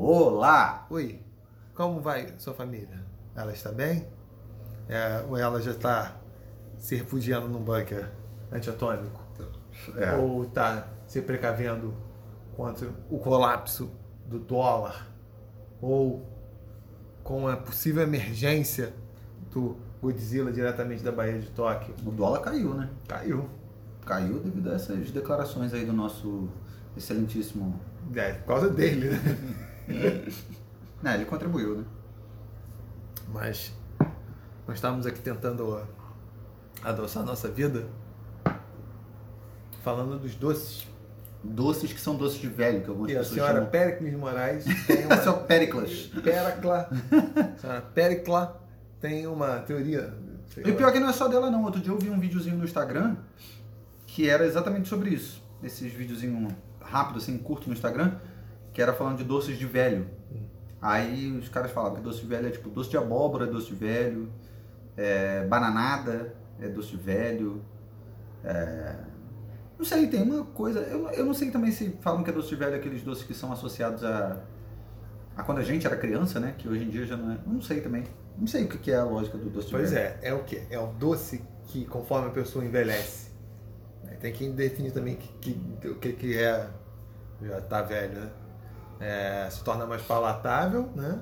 Olá! Oi, como vai sua família? Ela está bem? Ou ela já está se refugiando num bunker antiatômico? Ou está se precavendo contra o colapso do dólar? Ou com a possível emergência do Godzilla diretamente da Baía de Tóquio? O dólar caiu, né? Caiu devido a essas declarações aí do nosso excelentíssimo... por causa dele, né? Ele contribuiu, né? Mas nós estamos aqui tentando adoçar a nossa vida falando dos doces. Doces que são doces de velho, que algumas E a pessoas senhora chamam. Péricles Moraes tem uma... A senhora Péricles. A senhora Péricla tem uma teoria. E o pior é que não é só dela, não. Outro dia eu vi um videozinho no Instagram que era exatamente sobre isso. Esses videozinhos rápidos, assim, curto no Instagram, que era falando de doces de velho. Aí os caras falavam que doce de velho é tipo doce de abóbora, é doce de velho, bananada é doce de velho. Não sei, tem uma coisa... Eu não sei também se falam que é doce de velho aqueles doces que são associados a quando a gente era criança, né? Que hoje em dia já não é... Não sei também. Não sei o que é a lógica do doce de velho. Pois é o quê? É o doce que conforme a pessoa envelhece. Tem que definir também o que é... Já tá velho, né? Se torna mais palatável, né?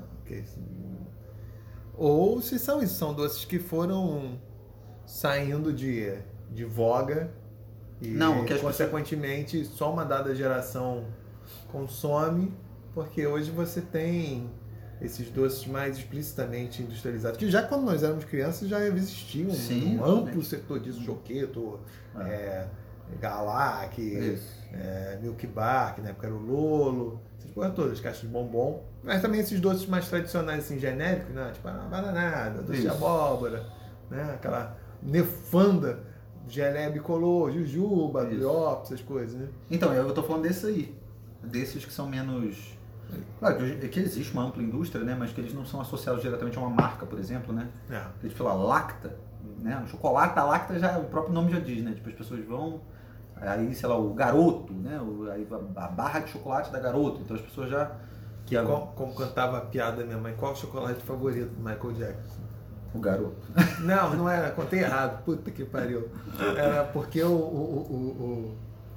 Ou se são isso, são doces que foram saindo de voga e não, que consequentemente só uma dada geração consome, porque hoje você tem esses doces mais explicitamente industrializados, que já quando nós éramos crianças já existiam um amplo setor disso, choqueto, Galac, Milk Bar, que na época era o Lolo, essas coisas todas, caixas de bombom, mas também esses doces mais tradicionais, assim, genéricos, né? Tipo a bananada, doce de abóbora, né? Aquela nefanda, gelé bicolor, jujuba, brioche, essas coisas, né? Então, eu tô falando desses aí, desses que são menos... Claro que existe uma ampla indústria, né? Mas que eles não são associados diretamente a uma marca, por exemplo, né? A gente fala Lacta, né? O chocolate, a Lacta, já, o próprio nome já diz, né? Tipo, as pessoas vão... Aí, sei lá, o Garoto, né? Aí a barra de chocolate da Garoto. Então as pessoas já... Como cantava a piada da minha mãe, qual o chocolate favorito do Michael Jackson? O Garoto. Não era, contei errado, puta que pariu. Era porque o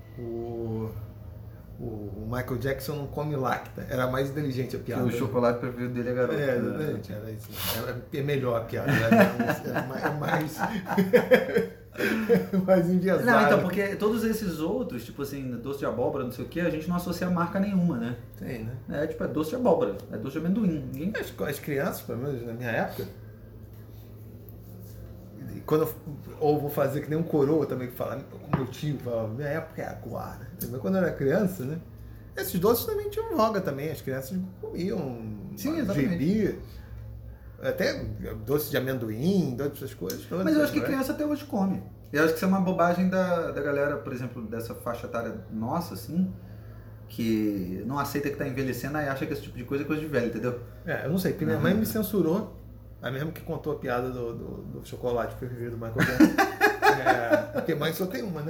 Michael Jackson não come lacta, era mais inteligente a piada. O chocolate preferido dele é Garoto. Exatamente, era isso. É melhor a piada, é mais... mais enviesado. Não, então, porque todos esses outros, tipo assim, doce de abóbora, não sei o que, a gente não associa a marca nenhuma, né? Tem, né? É doce de abóbora, é doce de amendoim. As crianças, pelo menos na minha época, quando ou vou fazer que nem um coroa também, que fala, como meu tio fala, minha época é agora. Mas quando eu era criança, né? Esses doces também tinham voga também, as crianças comiam. Sim, exatamente. Até doce de amendoim, essas coisas todas. Mas eu acho que criança até hoje come. Eu acho que isso é uma bobagem da galera, por exemplo, dessa faixa etária nossa, assim, que não aceita que tá envelhecendo e acha que esse tipo de coisa é coisa de velho, entendeu? Eu não sei, porque minha mãe me censurou, a mesma que contou a piada do chocolate preferido do Michael Jackson. Porque mãe só tem uma, né?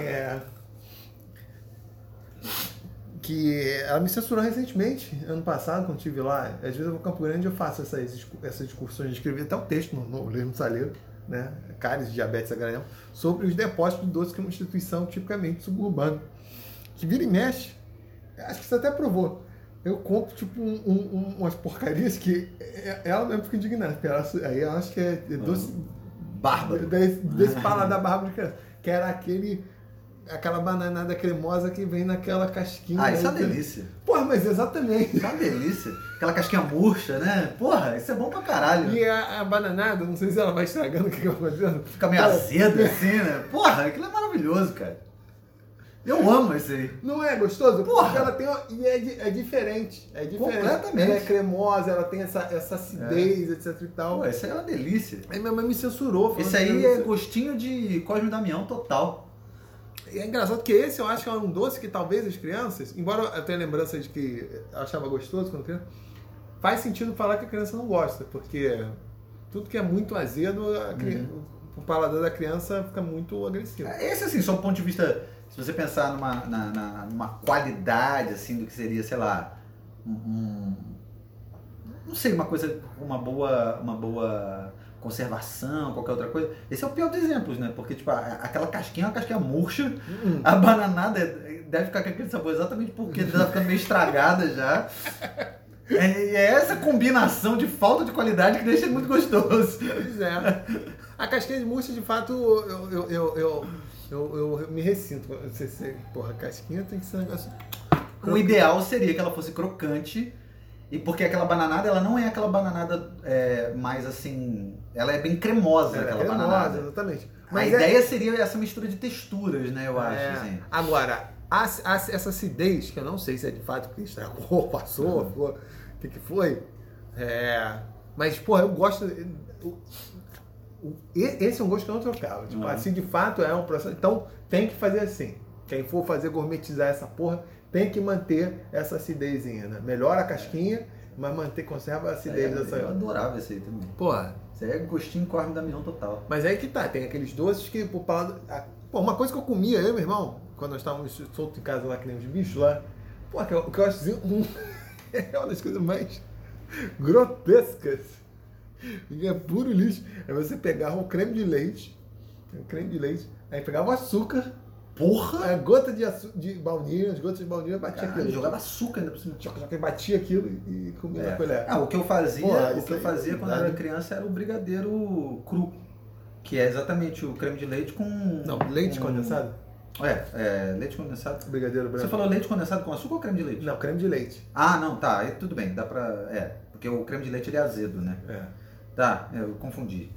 Que ela me censurou recentemente, ano passado, quando estive lá. Às vezes eu vou ao Campo Grande e eu faço essas excursões, de escrever até um texto no livro do Saleiro, né? Cáries de diabetes a granel, sobre os depósitos de doce, que é uma instituição tipicamente suburbana, que vira e mexe. Acho que você até provou. Eu compro tipo umas porcarias que ela mesmo fica indignada, aí ela acha que é doce bárbaro, desse paladar bárbaro, que era aquela bananada cremosa que vem naquela casquinha. Isso é uma delícia. Porra, mas exatamente. Isso é uma delícia. Aquela casquinha murcha, né? Porra, isso é bom pra caralho. E a bananada, não sei se ela vai estragando o que eu vou fazendo. Fica meio azedo assim, né? Porra, aquilo é maravilhoso, cara. Eu amo esse aí. Não é gostoso? Porra! Porque ela tem... E é diferente. É diferente. Completamente. Ela é cremosa, ela tem essa acidez, etc e tal. Pô, isso aí é uma delícia. Aí minha mãe me censurou. Isso aí é gostinho de Cosme e Damião total. E é engraçado que esse eu acho que é um doce que talvez as crianças, embora eu tenha lembrança de que eu achava gostoso quando criança, faz sentido falar que a criança não gosta, porque tudo que é muito azedo, o paladar da criança fica muito agressivo. Esse, assim, só do ponto de vista, se você pensar numa qualidade, assim, do que seria, sei lá, não sei, uma boa conservação, qualquer outra coisa. Esse é o pior dos exemplos, né? Porque, tipo, aquela casquinha é uma casquinha murcha, a bananada deve ficar com aquele sabor exatamente porque ela tá ficando meio estragada já. É essa combinação de falta de qualidade que deixa muito gostoso. Pois é. A casquinha de murcha, de fato, eu me ressinto. Porra, a casquinha tem que ser um negócio... O ideal seria que ela fosse crocante, e porque aquela bananada, ela não é aquela bananada mais assim... Ela é bem cremosa, aquela bananada. Exatamente. Mas a ideia seria essa mistura de texturas, né, eu acho. Assim. Agora, essa acidez, que eu não sei se é de fato que estragou, passou, o que foi. Mas, porra, eu gosto... Esse é um gosto que eu não trocava. Tipo, assim, de fato, é um processo... Então, tem que fazer assim. Quem for fazer gourmetizar essa porra, tem que manter essa acidezinha, né? Melhora a casquinha, mas conserva a acidez dessa... Eu adorava esse aí também. Porra. Isso aí é gostinho Corme Damião total. Mas aí que tá, tem aqueles doces que, por paladar... Pô, uma coisa que eu comia, eu e meu irmão, quando nós estávamos soltos em casa lá, que nem os bichos lá, pô, o que eu acho é uma das coisas mais grotescas. É puro lixo. É você pegava o creme de leite, aí pegava o açúcar, porra! A gota de baunilha, as gotas de baunilha, batia aquilo. Jogava açúcar ainda por cima. Batia aquilo e comia na colher. O que eu fazia, quando eu era criança era o brigadeiro cru, que é exatamente o creme de leite com... Não, leite condensado? Leite condensado. Brigadeiro branco. Você falou leite condensado com açúcar ou creme de leite? Não, creme de leite. Ah, não, tá, aí tudo bem, dá pra... porque o creme de leite ele é azedo, né? Tá, eu confundi.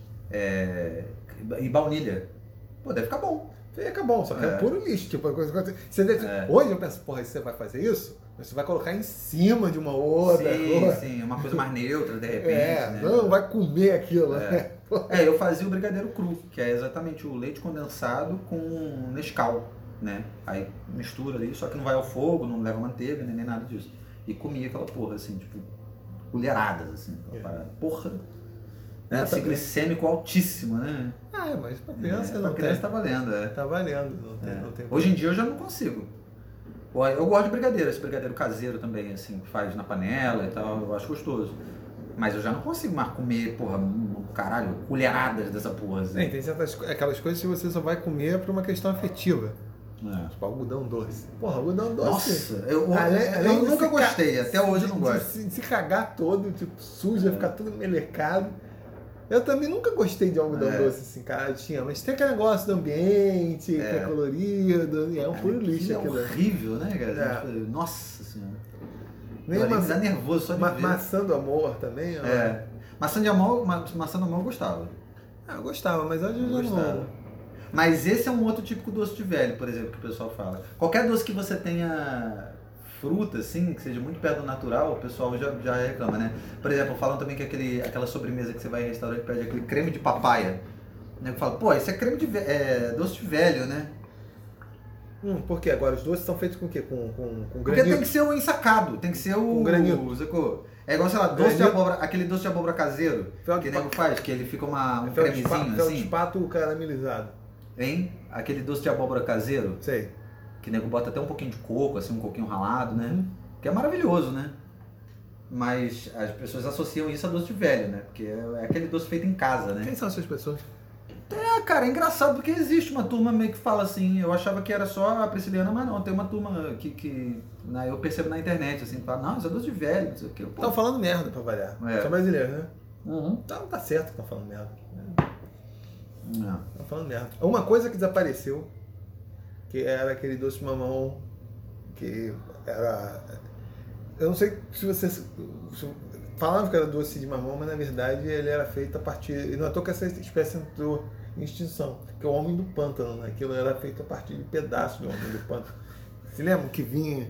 E baunilha. Pô, deve ficar bom. Fica bom, só que é puro lixo. Tipo, hoje eu penso, porra, você vai fazer isso? Você vai colocar em cima de uma outra coisa. Sim, uma coisa mais neutra, de repente. Né? Não vai comer aquilo. Eu fazia o brigadeiro cru, que é exatamente o leite condensado com Nescau, né? Aí mistura ali, só que não vai ao fogo, não leva manteiga, nem nada disso. E comia aquela porra, assim, tipo, colheradas, assim. Porra. Esse glicêmico altíssimo, né? Mas pra criança não tem. Criança tá valendo, Tá valendo, não tem Hoje em dia eu já não consigo. Eu gosto de brigadeiro, esse brigadeiro caseiro também, assim, que faz na panela e tal, eu acho gostoso. Mas eu já não consigo mais comer, porra, caralho, colheradas dessa porra. Assim. Tem aquelas coisas que você só vai comer por uma questão afetiva. Tipo algodão doce. Porra, algodão doce. Nossa, eu nunca gostei, até hoje eu não gosto. Se cagar todo, tipo, suja, ficar tudo melecado. Eu também nunca gostei de algodão doce, assim, cara, mas tem aquele negócio do ambiente, que é colorido, é um puro lixo aquilo. É horrível, né, cara? Nossa senhora. Nem me dá nervoso só de ver. Maçã do amor também. Maçã do amor eu gostava. Eu gostava, mas hoje eu já não. Mas esse é um outro típico doce de velho, por exemplo, que o pessoal fala. Qualquer doce que você tenha fruta, assim, que seja muito perto do natural, o pessoal já reclama, né? Por exemplo, falam também que aquela sobremesa que você vai em restaurante e pede aquele creme de papaya. Né? Fala, pô, isso é creme de doce de velho, né? Por quê? Agora os doces são feitos com o quê? Com granito? Porque tem que ser o ensacado, tem que ser o... Com granito. É igual, sei lá, aquele doce de abóbora caseiro, que o nego faz, que ele fica um cremezinho assim. De pato caramelizado. Hein? Aquele doce de abóbora caseiro. Sei. Que o nego bota até um pouquinho de coco, assim, um coquinho ralado, né? Que é maravilhoso, né? Mas as pessoas associam isso a doce de velho, né? Porque é aquele doce feito em casa, né? Quem são essas pessoas? Cara, é engraçado porque existe uma turma meio que fala assim, eu achava que era só a Prisciliana, mas não, tem uma turma que eu percebo na internet, assim, fala, não, isso é doce de velho, não sei o que. Estão falando merda pra variar. São brasileiros, né? Então tá certo que estão falando merda. Estão falando merda. Uma coisa que desapareceu, que era aquele doce de mamão, que era... Eu não sei se você... Falavam que era doce de mamão, mas na verdade ele era feito a partir... E não é à toa que essa espécie entrou em extinção, que é o homem do pântano, né? Aquilo era feito a partir de pedaços do homem do pântano. Se lembra que vinha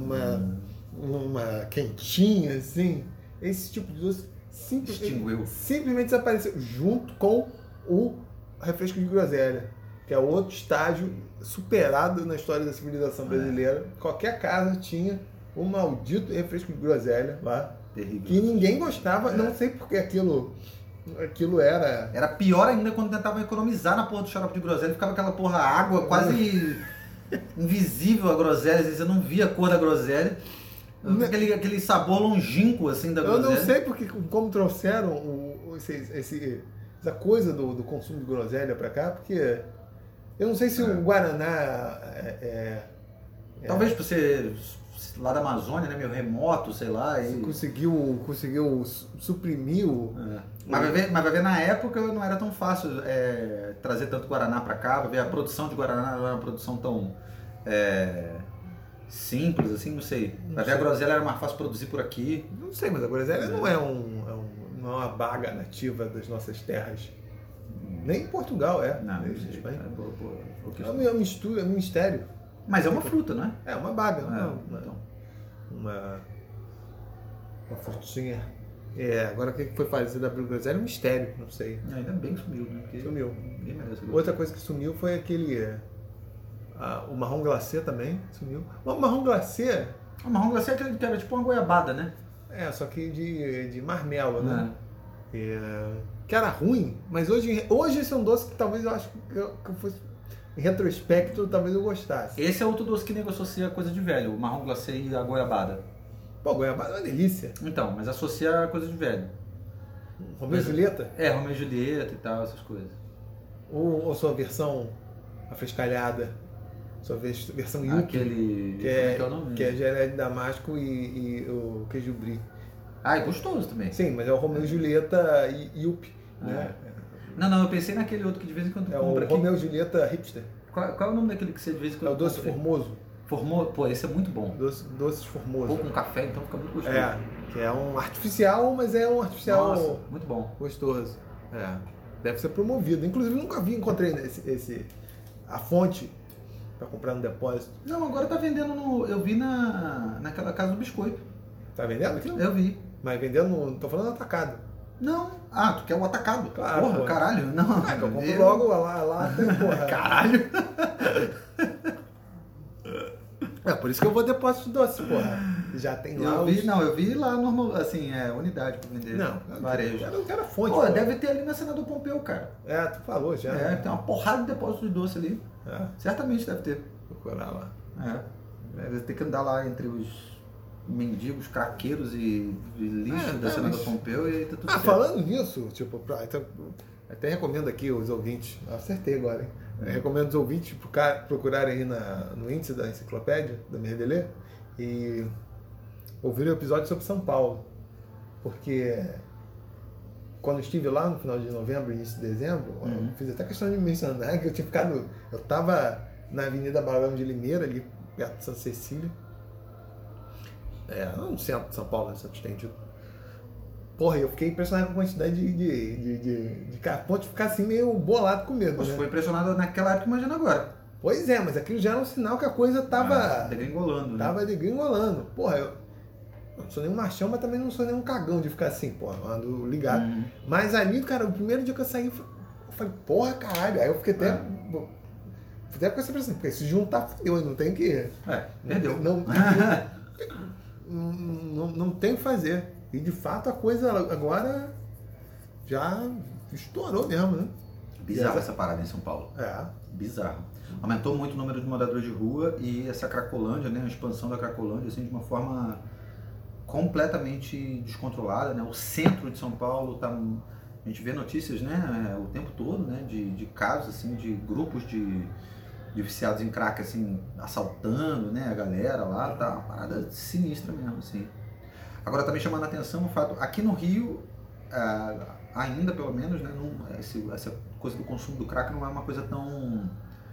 numa quentinha, assim? Esse tipo de doce simplesmente desapareceu, junto com o refresco de groselha, que é outro estágio superado na história da civilização brasileira. Qualquer casa tinha o maldito refresco de groselha lá. Terrível. Que ninguém gostava, não sei porque aquilo era... Era pior ainda quando tentavam economizar na porra do xarope de groselha, ficava aquela porra água quase invisível a groselha, às vezes eu não via a cor da groselha. Aquele sabor longínquo, assim, da groselha. Eu não sei porque, como trouxeram essa coisa do consumo de groselha pra cá, porque eu não sei se o Guaraná talvez por ser lá da Amazônia, né, meio remoto, sei lá. E... Conseguiu suprimir o... Mas vai ver, na época não era tão fácil trazer tanto Guaraná pra cá, vai ver a produção de Guaraná não era uma produção tão simples, assim, não sei. Vai ver a groselha era mais fácil produzir por aqui. Não sei, mas a groselha não é uma baga nativa das nossas terras. Nem em Portugal Não, nem em Espanha. É uma mistura, é um mistério. Mas é uma fruta, não é? É uma baga. Então. Uma frutinha. Agora o que foi fazer da groselha é um mistério, não sei. Ainda bem que sumiu, né? Porque sumiu. Merece. Outra coisa que sumiu foi o marrom glacê também sumiu. O marrom glacê... O marrom glacê é aquele que era tipo uma goiabada, né? Só que de marmelo, né? Que era ruim, mas hoje esse é um doce que talvez eu acho que eu fosse... Em retrospecto, talvez eu gostasse. Esse é outro doce que nego associa a coisa de velho, o marrom glacê e a goiabada. Pô, goiabada é uma delícia. Então, mas associa a coisa de velho. Romeu e Julieta? Romeu e Julieta e tal, essas coisas. Ou sua versão afrescalhada, sua versão yuppie. Aquele... que é geleia de damasco e o queijo brie. É gostoso também. Sim, mas é o Romeu e Julieta yuppie, né? Não, eu pensei naquele outro que de vez em quando compra aqui. É o Romeu e Julieta hipster. Qual é o nome daquele que você de vez em quando compra? É o doce formoso. Pô, esse é muito bom. Doces formoso. Ou com café, então fica muito gostoso. Que é um artificial, mas é um artificial... Nossa, muito bom. Gostoso. Deve ser promovido. Inclusive, nunca encontrei a fonte para comprar no depósito. Não, agora tá vendendo eu vi naquela casa do biscoito. Tá vendendo aquilo? Eu vi. Mas vendendo, não tô falando atacado. Não. Tu quer o atacado? Claro. Porra, caralho. Não. Eu compro logo lá tem, porra. Caralho. Por isso que eu vou depósito doce, porra. Já tem lá eu vi lá normal, assim, unidade pra vender. Não, varejo. Eu quero a fonte. Pô, deve ter ali na Senador Pompeu, cara. Tu falou já. Tem uma porrada de depósito de doce ali. Certamente deve ter. Procurar lá. Deve ter que andar lá entre os mendigos, craqueiros e lixo da Senador Pompeu e tá tudo certo. Falando nisso, até recomendo aqui os ouvintes, acertei agora, hein? Recomendo os ouvintes procurarem aí no índice da enciclopédia da Merdelê e ouvir o episódio sobre São Paulo, porque quando eu estive lá no final de novembro, início de dezembro, eu fiz até questão de mencionar que eu estava na Avenida Barão de Limeira, ali perto de Santa Cecília, no centro de São Paulo, no centro estendido. Porra, eu fiquei impressionado com a quantidade de ponto de ficar assim meio bolado com medo. Você foi impressionado naquela época, imagina agora. Pois é, mas aquilo já era um sinal que a coisa tava... degringolando, né? Tava degringolando. Porra, eu não sou nenhum machão, mas também não sou nenhum cagão de ficar assim, porra, ando ligado. Mas ali, cara, o primeiro dia que eu saí, eu falei, porra, caralho. Aí eu fiquei até... Até com essa impressão, porque se juntar, eu não tenho que... Perdeu. Não tem o que fazer. E de fato a coisa agora já estourou mesmo, né? Bizarro essa parada em São Paulo. Bizarro. Aumentou muito o número de moradores de rua e essa Cracolândia, né? A expansão da Cracolândia, assim, de uma forma completamente descontrolada, né? O centro de São Paulo tá... A gente vê notícias, né? O tempo todo, né? De casos, assim, de grupos de viciados em crack, assim, assaltando, né? A galera lá, tá uma parada sinistra mesmo, assim. Agora tá me chamando a atenção o fato, aqui no Rio, ainda pelo menos, né, essa coisa do consumo do crack não é uma coisa tão...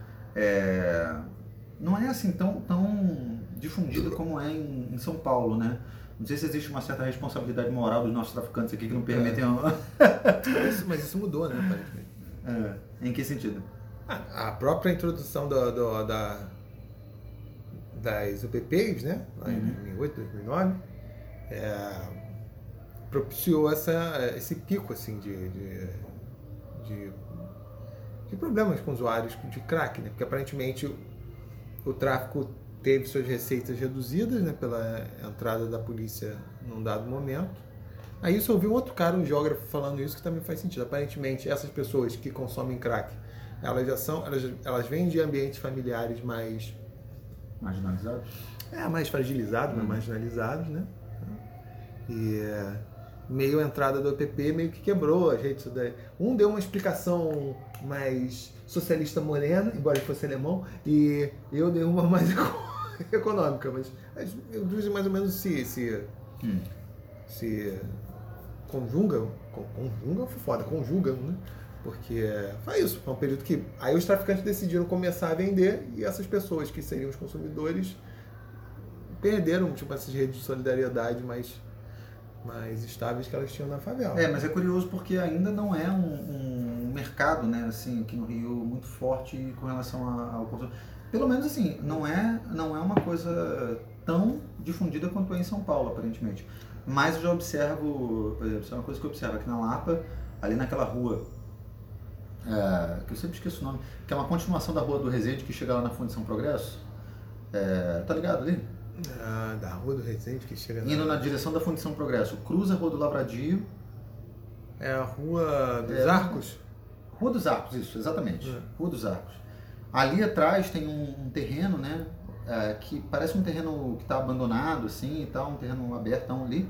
não é assim tão difundida como é em São Paulo, né? Não sei se existe uma certa responsabilidade moral dos nossos traficantes aqui que não permitem... Mas isso mudou, né, aparentemente. Em que sentido? A própria introdução das UPPs, né, lá em 2008, 2009, propiciou esse pico assim, de problemas com usuários de crack, né? Porque aparentemente o tráfico teve suas receitas reduzidas, né, pela entrada da polícia num dado momento. Aí eu ouvi um outro cara, um geógrafo, falando isso que também faz sentido. Aparentemente essas pessoas que consomem crack, elas vêm de ambientes familiares mais marginalizados? Mais fragilizados, né? Marginalizados, né? E meio a entrada do EPP meio que quebrou as redes sociais. Um deu uma explicação mais socialista morena, embora ele fosse alemão, e eu dei uma mais econômica, mas eu disse mais ou menos se conjugam, né? Porque foi isso, foi um período que aí os traficantes decidiram começar a vender e essas pessoas que seriam os consumidores perderam tipo essas redes de solidariedade mais estáveis que elas tinham na favela. Mas é curioso porque ainda não é um mercado, né, assim, aqui no Rio muito forte com relação ao consumo. Pelo menos assim, não é uma coisa tão difundida quanto é em São Paulo, aparentemente. Mas eu já observo, por exemplo, isso é uma coisa que eu observo aqui na Lapa, ali naquela rua, que eu sempre esqueço o nome, que é uma continuação da Rua do Resende que chega lá na Fundição Progresso. Tá ligado ali? Da Rua do Resende que chega indo na direção da Fundição Progresso, cruza a Rua do Lavradio. É a Rua dos Arcos? Rua dos Arcos, isso, exatamente. Rua dos Arcos. Ali atrás tem um terreno, né? Que parece um terreno que está abandonado, assim, e tal, um terreno abertão ali.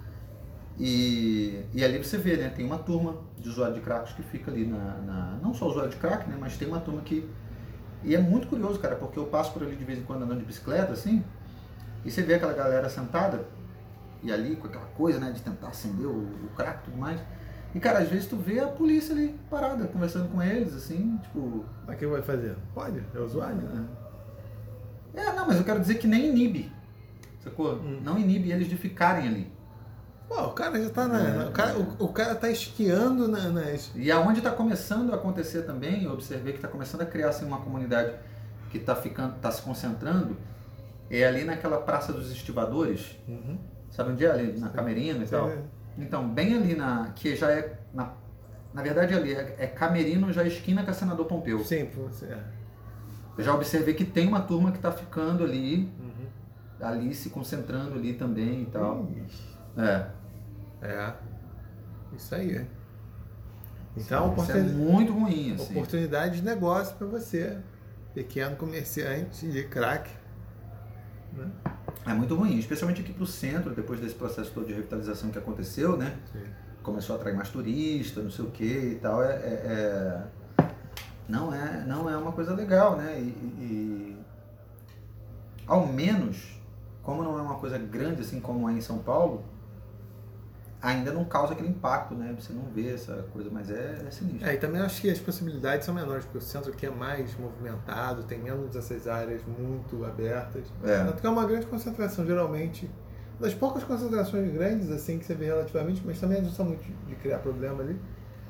E ali você vê, né? Tem uma turma de usuários de crack que fica ali não só usuário de crack, né? Mas tem uma turma que... E é muito curioso, cara, porque eu passo por ali de vez em quando andando de bicicleta, assim, e você vê aquela galera sentada, e ali com aquela coisa, né, de tentar acender o crack e tudo mais. E, cara, às vezes tu vê a polícia ali parada, conversando com eles, assim, tipo... Mas o que vai fazer? Pode, é usuário, né? Não, mas eu quero dizer que nem inibe, sacou? Não inibe eles de ficarem ali. Pô, o cara já tá o cara tá esquiando nas... E aonde tá começando a acontecer também, eu observei que tá começando a criar, assim, uma comunidade que tá se concentrando, é ali naquela Praça dos Estivadores, sabe onde é? Ali na Camerino e tal. Então, bem ali que já é, na verdade ali, é Camerino, já esquina com a Senador Pompeu. Sim, você Eu já observei que tem uma turma que tá ficando ali, ali se concentrando ali também e tal. Isso aí. Então, isso é muito ruim, assim. Oportunidade de negócio para você, pequeno comerciante de crack. Né? É muito ruim, especialmente aqui pro centro, depois desse processo todo de revitalização que aconteceu, né? Sim. Começou a atrair mais turistas, não sei o que e tal. Não é uma coisa legal, né? E ao menos, como não é uma coisa grande assim como é em São Paulo, ainda não causa aquele impacto, né? Você não vê essa coisa, mas é sinistro. E também acho que as possibilidades são menores, porque o centro aqui é mais movimentado, tem menos essas áreas muito abertas. Tanto que é uma grande concentração, geralmente. Das poucas concentrações grandes, assim, que você vê relativamente, mas também não são muito de criar problema ali.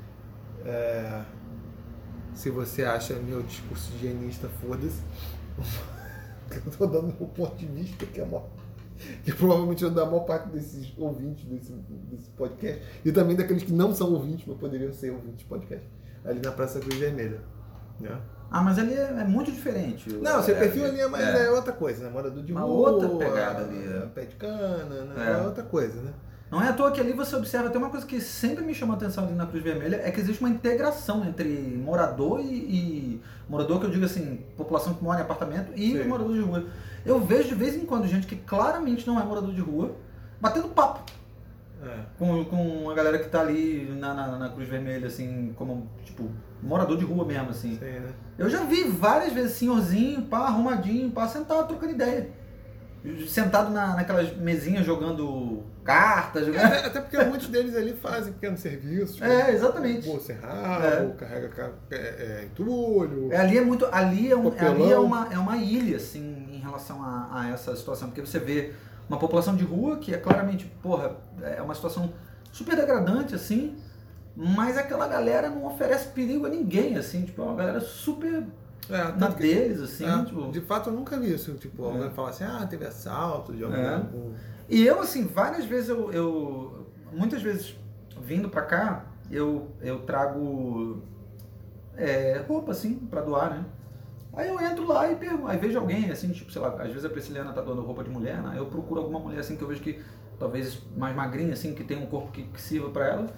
Se você acha meu discurso higienista, foda-se. Eu tô dando meu ponto de vista, que provavelmente eu dou a maior parte desses ouvintes desse podcast, e também daqueles que não são ouvintes, mas poderiam ser ouvintes de podcast, ali na Praça Cruz Vermelha. Né? Mas ali é muito diferente. Não, seu perfil ali é outra coisa, né? Morador de rua, outra pegada ali. Pé de cana, né? É outra coisa, né? Não é à toa que ali você observa, tem uma coisa que sempre me chamou a atenção ali na Cruz Vermelha, é que existe uma integração entre morador e morador, que eu digo assim, população que mora em apartamento e morador de rua. Eu vejo de vez em quando gente que claramente não é morador de rua, batendo papo com a galera que tá ali na Cruz Vermelha, assim, como, tipo, morador de rua mesmo, assim. Sim, né? Eu já vi várias vezes senhorzinho, arrumadinho, sentado, trocando ideia. Sentado naquelas mesinhas jogando cartas. Até porque muitos deles ali fazem pequenos serviços. Exatamente. Bolsa errado, carrega entulho. Ali é uma ilha, assim, em relação a essa situação. Porque você vê uma população de rua que é claramente, é uma situação super degradante, assim, mas aquela galera não oferece perigo a ninguém, assim, tipo, é uma galera super... deles, assim. Tipo... De fato, eu nunca vi isso. Tipo, alguém falar assim, teve assalto de algum... E eu, assim, várias vezes, muitas vezes, vindo pra cá, eu trago roupa, assim, pra doar, né? Aí eu entro lá e pergunto, aí vejo alguém, assim, tipo, sei lá, às vezes a Prisciliana tá doando roupa de mulher, né? Eu procuro alguma mulher, assim, que eu vejo que, talvez mais magrinha, assim, que tem um corpo que sirva pra ela.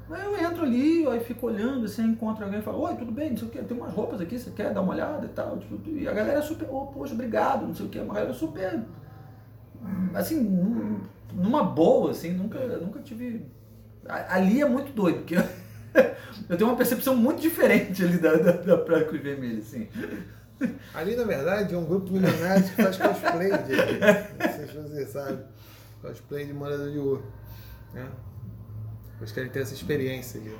Aí eu entro ali, aí fico olhando, assim, encontro alguém e falo, oi, tudo bem, não sei o que, tem umas roupas aqui, você quer dar uma olhada e tal, tipo, e a galera é super, poxa, obrigado, não sei o que, uma galera super, assim, numa boa, assim, nunca tive, ali é muito doido, porque eu tenho uma percepção muito diferente ali da Praia Cruz Vermelha, assim. Ali, na verdade, é um grupo de milionários que faz cosplay, não sei se você sabe, cosplay de morador de rua, né? Eles querem ter essa experiência ali.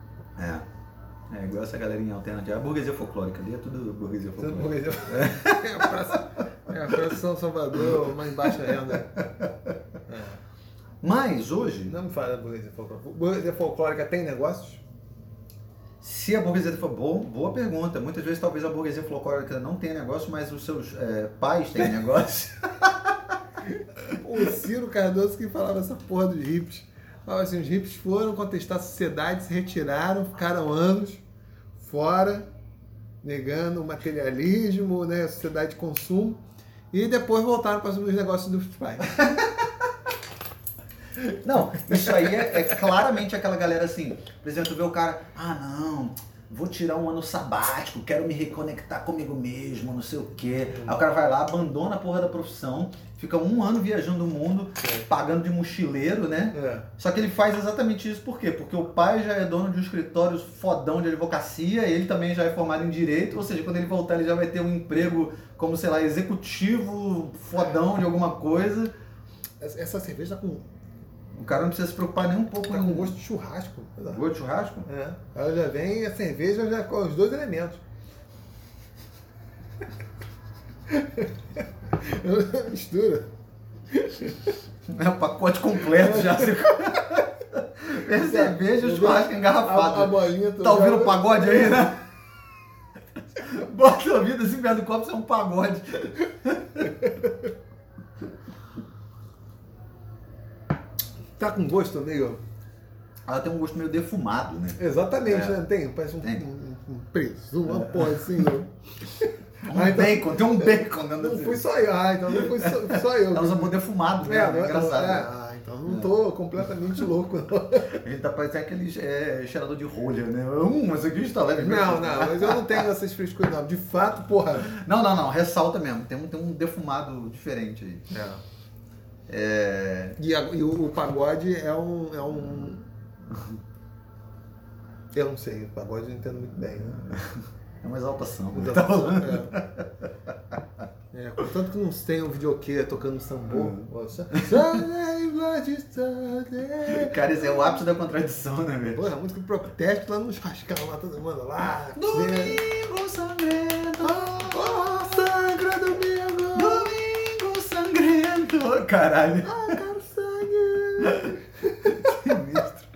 É igual essa galerinha alternativa. A burguesia folclórica ali é tudo burguesia folclórica. É a Praça São Salvador, mais baixa renda. Mas hoje... Não me fala da burguesia folclórica. Burguesia folclórica tem negócios? Se a burguesia for boa pergunta. Muitas vezes talvez a burguesia folclórica não tenha negócio, mas os seus pais têm negócio. O Ciro Cardoso que falava essa porra dos hippies. Assim, os hippies foram contestar a sociedade, se retiraram, ficaram anos fora, negando o materialismo, né, a sociedade de consumo, e depois voltaram para os negócios dos pais. Não, isso aí é claramente aquela galera assim, por exemplo, tu vê o cara, não, vou tirar um ano sabático, quero me reconectar comigo mesmo, não sei o quê. Aí o cara vai lá, abandona a porra da profissão, fica um ano viajando o mundo, pagando de mochileiro, né? Só que ele faz exatamente isso por quê? Porque o pai já é dono de um escritório fodão de advocacia, ele também já é formado em direito, ou seja, quando ele voltar ele já vai ter um emprego como, sei lá, executivo fodão de alguma coisa. Essa cerveja tá com... O cara não precisa se preocupar nem um pouco. Tá com gosto de churrasco. Gosto de churrasco? Ela já vem, a cerveja já com os dois elementos. Mistura. É o pacote completo já. É cerveja e o churrasco engarrafado. A bolinha tá ouvindo o pagode aí, né? Bota a vida assim perto do copo, isso é um pagode. Tá com gosto meio... Ela tem um gosto meio defumado, né? Exatamente, né? Tem, parece um presunto, uma porra assim, não. Bacon, tem um bacon dentro Não fui só eu, então não fui só eu. Ela usa sabor defumado, né? É engraçado. Então não tô completamente louco, não. A gente tá parecendo aquele cheirador de rolha, né? Mas aqui está leve. Não, mas eu não tenho essas frescuras, não. De fato, porra. Não, ressalta mesmo. Tem um defumado diferente aí. E o pagode é um... Eu não sei, o pagode eu não entendo muito bem, né? É uma exaltação. Contanto que não tem um videokê tocando sambô. Cara, isso é o ápice da contradição, né, velho? Pô, a música pro protesto lá no churrascão, lá todo mundo lá. Domingo sangrento, sangra domingo. Domingo sangrento. Caralho. Quero sangue. Sinistro.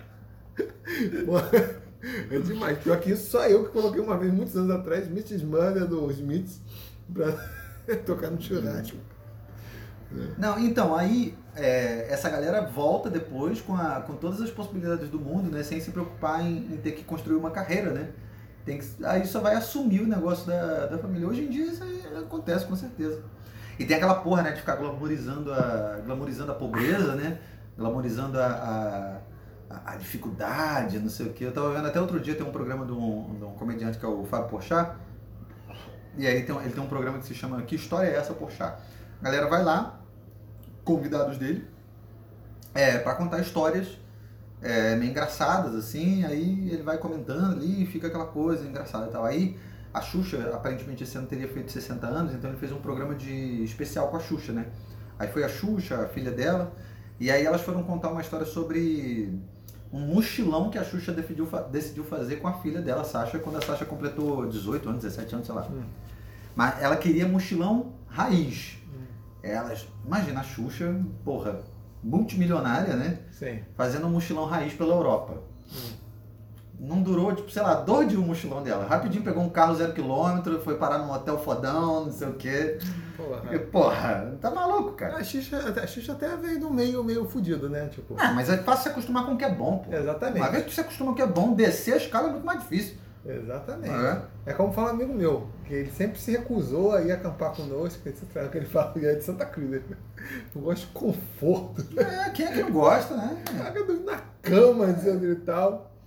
É demais. Pior que isso, só eu que coloquei uma vez, muitos anos atrás, Mrs. Mother dos Smiths pra tocar no churrasco. Não, então, aí essa galera volta depois com todas as possibilidades do mundo, né? Sem se preocupar em ter que construir uma carreira, né? Aí só vai assumir o negócio da família. Hoje em dia isso aí acontece, com certeza. E tem aquela porra, né, de ficar glamorizando a pobreza, né? Glamorizando a dificuldade, não sei o que. Eu tava vendo até outro dia, tem um programa de um comediante que é o Fábio Porchat. E aí ele tem um programa que se chama Que História é Essa, Porchat? A galera vai lá, convidados dele, pra contar histórias meio engraçadas, assim. Aí ele vai comentando ali e fica aquela coisa engraçada e tal. Aí a Xuxa, aparentemente esse ano teria feito 60 anos, então ele fez um programa especial com a Xuxa, né? Aí foi a Xuxa, a filha dela, e aí elas foram contar uma história sobre um mochilão que a Xuxa decidiu fazer com a filha dela, Sasha, quando a Sasha completou 18 anos, 17 anos, sei lá. Mas ela queria mochilão raiz. Imagina a Xuxa, porra, multimilionária, né? Sim. Fazendo um mochilão raiz pela Europa. Não durou, tipo, sei lá, 2 dias o mochilão dela. Rapidinho pegou um carro 0 km, foi parar num hotel fodão, não sei o quê. Porra, tá maluco, cara. A Xuxa até veio do meio fudido, né? Tipo... mas é fácil se acostumar com o que é bom, pô. Exatamente. Uma vez que você acostuma com o que é bom, descer a escala é muito mais difícil. Exatamente. É como fala um amigo meu, que ele sempre se recusou a ir acampar conosco, que ele fala que é de Santa Cruz. Eu gosto de conforto. Quem é que não gosta, né? Na cama, dizendo e tal.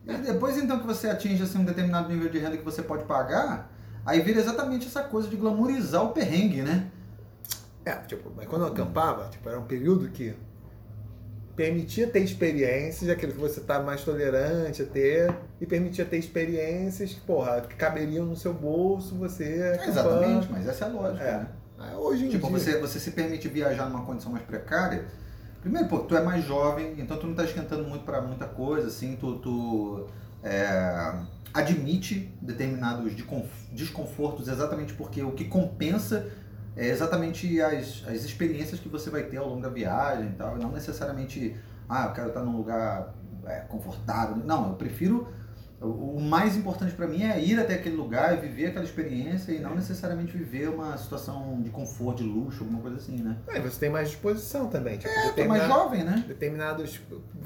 E depois então que você atinge assim, um determinado nível de renda que você pode pagar, aí vira exatamente essa coisa de glamourizar o perrengue, né? Mas quando eu acampava, era um período que permitia ter experiências, aquilo que você tá mais tolerante a ter, e permitia ter experiências que caberiam no seu bolso, você... Exatamente, mas essa é a lógica, né? Hoje em dia... você se permite viajar numa condição mais precária. Primeiro, tu é mais jovem, então tu não tá esquentando muito para muita coisa, assim, tu admite determinados desconfortos exatamente porque o que compensa é exatamente as experiências que você vai ter ao longo da viagem e tal, não necessariamente, eu quero estar num lugar confortável. Não, eu prefiro... O mais importante para mim é ir até aquele lugar e viver aquela experiência e não necessariamente viver uma situação de conforto, de luxo, alguma coisa assim, né? Você tem mais disposição também. Tu é mais jovem, né? Determinados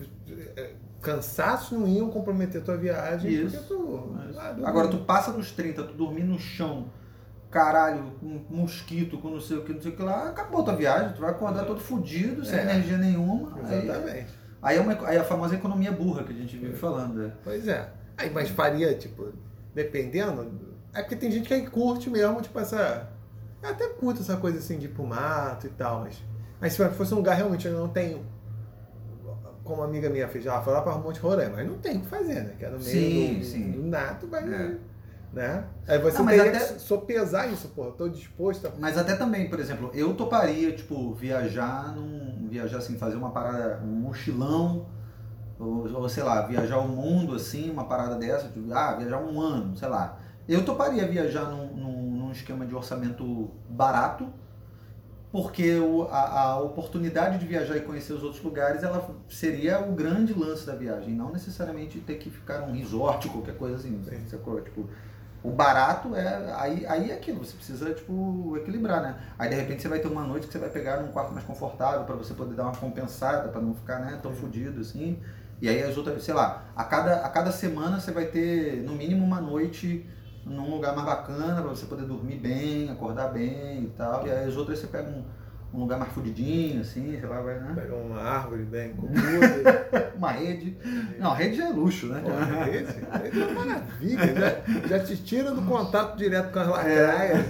cansaços não iam comprometer tua viagem. Isso. Agora, tu passa dos 30, tu dormir no chão, caralho, com mosquito, com não sei o que lá, acabou tua viagem, tu vai acordar todo fudido, sem energia nenhuma. Exatamente. Aí é a famosa economia burra que a gente vive falando. Pois é. Mas faria, dependendo... É porque tem gente que curte mesmo, eu até curto essa coisa assim de ir pro mato e tal, mas se fosse um lugar realmente eu não tenho... Como uma amiga minha fez, ela foi lá para Monte Roraima, mas não tem o que fazer, né? Que é no meio do nato, né? Aí você teria que sopesar isso, eu tô disposto a... Mas até também, por exemplo, eu toparia, viajar assim, fazer uma parada, um mochilão, ou sei lá, viajar o mundo assim, uma parada dessa, viajar um ano, sei lá. Eu toparia viajar num esquema de orçamento barato, porque a oportunidade de viajar e conhecer os outros lugares, ela seria o grande lance da viagem, não necessariamente ter que ficar num resort, qualquer coisa assim, sacou? O barato aí é aquilo, você precisa equilibrar, né? Aí de repente você vai ter uma noite que você vai pegar num quarto mais confortável para você poder dar uma compensada, para não ficar, né, tão fodido assim. E aí as outras, sei lá, a cada semana você vai ter no mínimo uma noite num lugar mais bacana para você poder dormir bem, acordar bem e tal. E aí as outras você pega um lugar mais fudidinho, assim, sei lá, vai, né? Pega uma árvore bem comida. Uma rede. Não, rede já é luxo, né? Rede é uma maravilha. Já te tira do contato direto com as lacraias,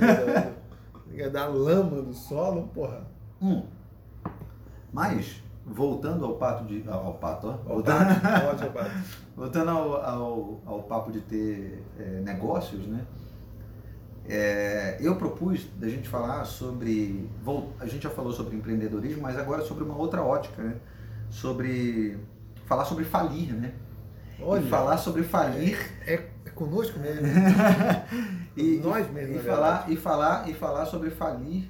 da lama do solo, porra. Mas, voltando ao papo de... Voltando ao papo de ter negócios, né? Eu propus da gente falar sobre... A gente já falou sobre empreendedorismo, mas agora sobre uma outra ótica, né? Falar sobre falir, né? Olha, e falar sobre falir... É conosco mesmo. Nós mesmos. E falar sobre falir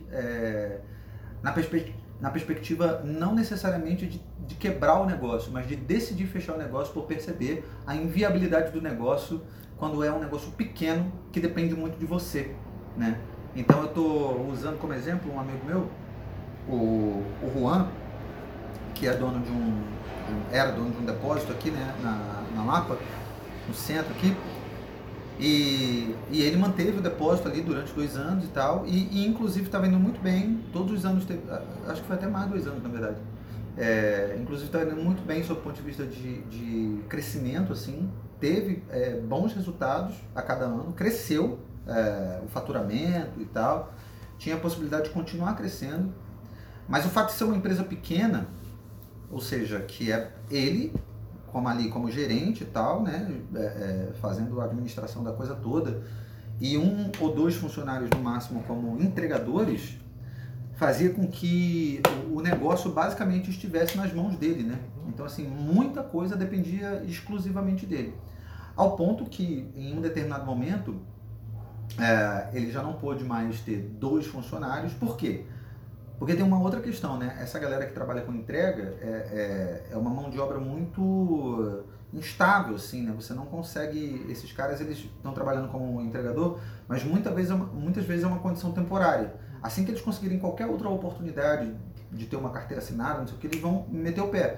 na perspectiva não necessariamente de quebrar o negócio, mas de decidir fechar o negócio por perceber a inviabilidade do negócio quando é um negócio pequeno que depende muito de você, né? Então eu estou usando como exemplo um amigo meu, o Juan, que é dono era dono de um depósito aqui, né, na Lapa, no centro aqui, e ele manteve o depósito ali durante 2 anos e tal, e inclusive estava indo muito bem, todos os anos, acho que foi até mais de 2 anos na verdade, inclusive estava indo muito bem sob o ponto de vista de crescimento, assim, teve bons resultados a cada ano, cresceu o faturamento e tal, tinha a possibilidade de continuar crescendo, mas o fato de ser uma empresa pequena, ou seja, que é ele como gerente e tal, né, fazendo a administração da coisa toda, e 1 ou 2 funcionários no máximo como entregadores, fazia com que o negócio basicamente estivesse nas mãos dele, né? Então, assim, muita coisa dependia exclusivamente dele. Ao ponto que, em um determinado momento, ele já não pôde mais ter 2 funcionários. Por quê? Porque tem uma outra questão, né? Essa galera que trabalha com entrega é uma mão de obra muito instável, assim, né? Você não consegue... Esses caras, eles estão trabalhando como entregador, mas muitas vezes é uma condição temporária. Assim que eles conseguirem qualquer outra oportunidade de ter uma carteira assinada, não sei o que, eles vão meter o pé.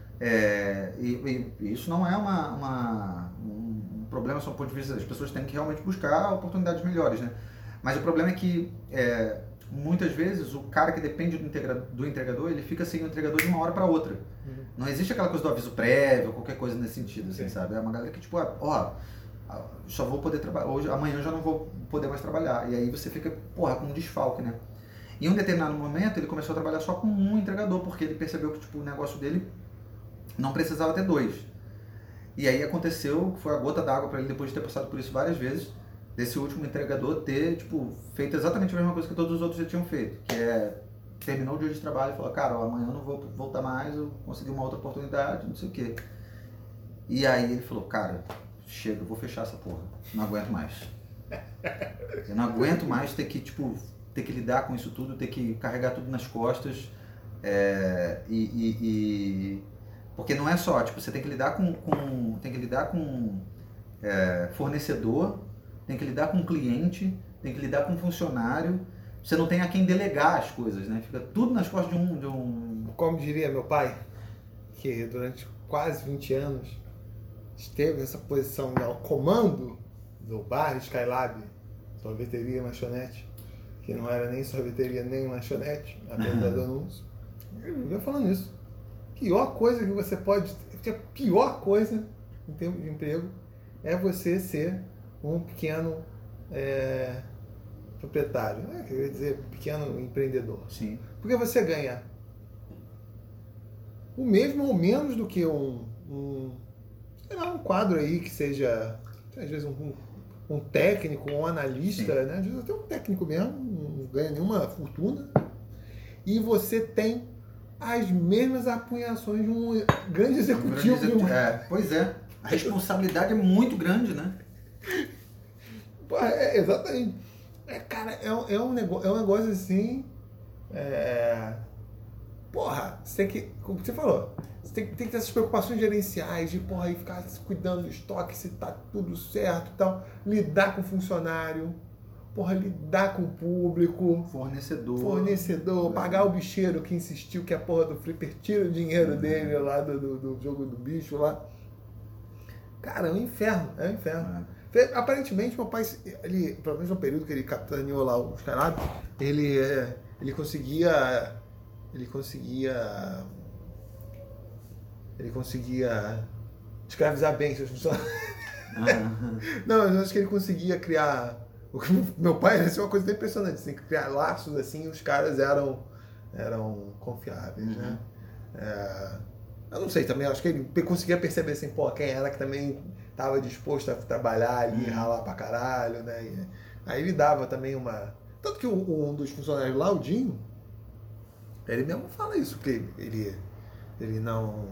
E isso não é um problema só do ponto de vista... As pessoas têm que realmente buscar oportunidades melhores, né? Mas o problema é que muitas vezes o cara que depende do entregador, ele fica sem o entregador de uma hora para outra. Não existe aquela coisa do aviso prévio, qualquer coisa nesse sentido, assim, sabe? É uma galera que tipo, só vou poder trabalhar, hoje, amanhã eu já não vou poder mais trabalhar. E aí você fica, com um desfalque, né? E em um determinado momento ele começou a trabalhar só com um entregador, porque ele percebeu que tipo, o negócio dele não precisava ter 2. E aí aconteceu, foi a gota d'água para ele, depois de ter passado por isso várias vezes, desse último entregador ter, tipo, feito exatamente a mesma coisa que todos os outros já tinham feito, que é, terminou o dia de trabalho e falou, cara, amanhã eu não vou voltar mais, eu consegui uma outra oportunidade, não sei o quê. E aí ele falou, cara, chega, eu vou fechar essa porra, não aguento mais. Eu não aguento mais ter que, tipo, ter que lidar com isso tudo, ter que carregar tudo nas costas, porque não é só, tipo, você tem que lidar com fornecedor, tem que lidar com cliente, tem que lidar com funcionário, você não tem a quem delegar as coisas, né? Fica tudo nas costas de um... Como diria meu pai, que durante quase 20 anos esteve nessa posição ao comando do bar Skylab, sorveteria e lanchonete, que não era nem sorveteria nem lanchonete, apesar do anúncio. Ele vivia falando isso. Pior coisa que você pode... A pior coisa em termos de emprego é você ser um pequeno proprietário. Quer dizer, pequeno empreendedor. Sim. Porque você ganha o mesmo ou menos do que um quadro aí que seja, às vezes, um técnico, um analista, né? Às vezes até um técnico mesmo, não ganha nenhuma fortuna. E você tem as mesmas apunhações de um grande executivo. Pois é. A responsabilidade é muito grande, né? Exatamente. Cara, é um negócio assim... Você tem que... Como você falou, você tem que ter essas preocupações gerenciais de, aí ficar cuidando do estoque, se tá tudo certo e tal. Lidar com funcionário. Lidar com o público. Fornecedor. Pagar o bicheiro que insistiu que a porra do flipper tira o dinheiro dele lá do jogo do bicho lá. Cara, é um inferno. Aparentemente, meu pai, pelo menos no período que ele capitaneou lá o Skylab, ele conseguia escravizar bem seus funcionários. Não, eu acho que ele conseguia criar... Meu pai, isso é uma coisa bem impressionante, assim, criar laços assim, os caras eram confiáveis, né? Eu não sei também, acho que ele conseguia perceber assim, quem era que também estava disposto a trabalhar ali, ralar pra caralho, né? Aí ele dava também uma... Tanto que um dos funcionários lá, o Dinho, ele mesmo fala isso, que ele não...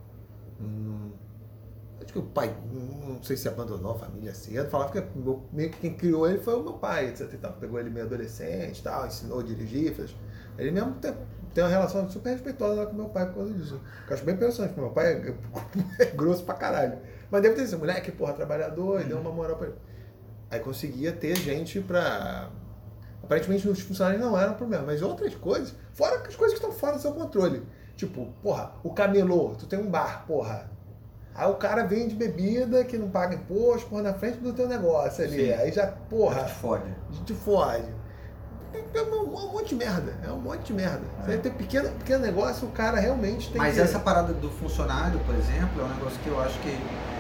Acho que o pai, não sei se abandonou a família cedo, falava que meio que quem criou ele foi o meu pai, etc. E tal. Pegou ele meio adolescente, tal, ensinou a dirigir, ele mesmo tem uma relação super respeitosa lá com meu pai por causa disso. Eu acho bem impressionante, porque meu pai é grosso pra caralho. Mas deve ter sido moleque, trabalhador, e deu uma moral pra ele. Aí conseguia ter gente pra... Aparentemente os funcionários não eram problema, mas outras coisas, fora as coisas que estão fora do seu controle. Tipo, o camelô, tu tem um bar, Aí o cara vende bebida que não paga imposto, na frente do teu negócio ali. Sim. Aí já, te fode. É um monte de merda. Você tem pequeno negócio, o cara realmente tem Mas essa parada do funcionário, por exemplo, é um negócio que eu acho que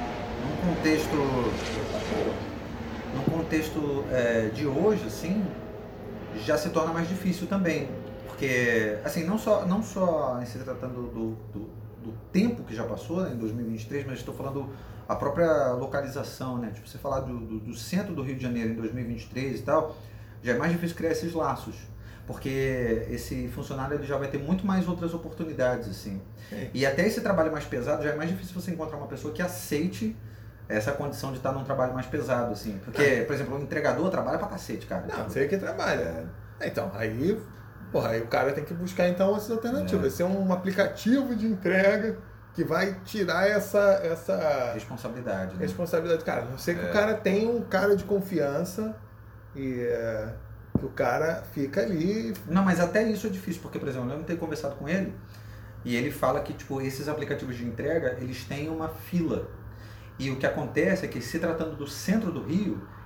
num contexto de hoje, assim, já se torna mais difícil também. Porque, assim, não só em se tratando do tempo que já passou, né, em 2023, mas estou falando a própria localização, né? Tipo, você falar do centro do Rio de Janeiro em 2023 e tal, já é mais difícil criar esses laços, porque esse funcionário ele já vai ter muito mais outras oportunidades, assim. E até esse trabalho mais pesado, já é mais difícil você encontrar uma pessoa que aceite essa condição de estar num trabalho mais pesado, assim. Porque, por exemplo, o entregador trabalha pra cacete, cara. Não, você que trabalha. Então, aí o cara tem que buscar então essas alternativas. Ser um aplicativo de entrega que vai tirar essa responsabilidade. Né? Responsabilidade. Cara, não sei que o cara tem um cara de confiança e que o cara fica ali. Não, mas até isso é difícil, porque, por exemplo, eu lembro de ter conversado com ele e ele fala que tipo, esses aplicativos de entrega, eles têm uma fila. E o que acontece é que, se tratando do centro do Rio,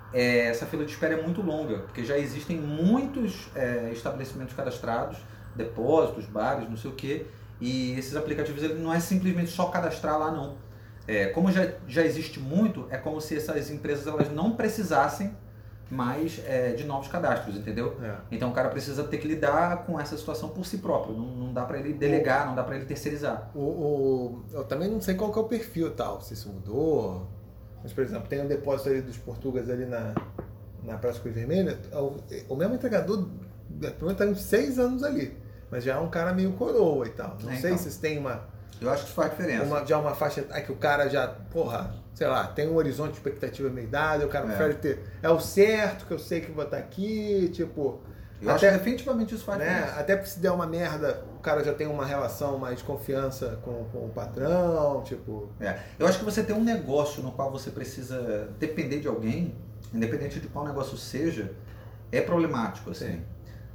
essa fila de espera é muito longa, porque já existem muitos estabelecimentos cadastrados, depósitos, bares, não sei o quê, e esses aplicativos ele não é simplesmente só cadastrar lá, não. Como já existe muito, é como se essas empresas elas não precisassem mais de novos cadastros, entendeu? Então o cara precisa ter que lidar com essa situação por si próprio, não dá para ele delegar, não dá para ele terceirizar. Eu também não sei qual que é o perfil tal, se isso mudou, mas por exemplo, tem um depósito ali dos Portugas ali na Praça Cruz Vermelha, o mesmo entregador está uns 6 anos ali, mas já é um cara meio coroa e tal, não sei se tem eu acho que isso faz diferença. Já uma faixa que o cara já, sei lá, tem um horizonte de expectativa meio dado, o cara prefere ter. É o certo, que eu sei que vou estar aqui, tipo. Eu acho que definitivamente isso faz diferença. Até porque se der uma merda, o cara já tem uma relação mais de confiança com o patrão, tipo. Eu acho que você tem um negócio no qual você precisa depender de alguém, independente de qual negócio seja, é problemático, assim. Sim.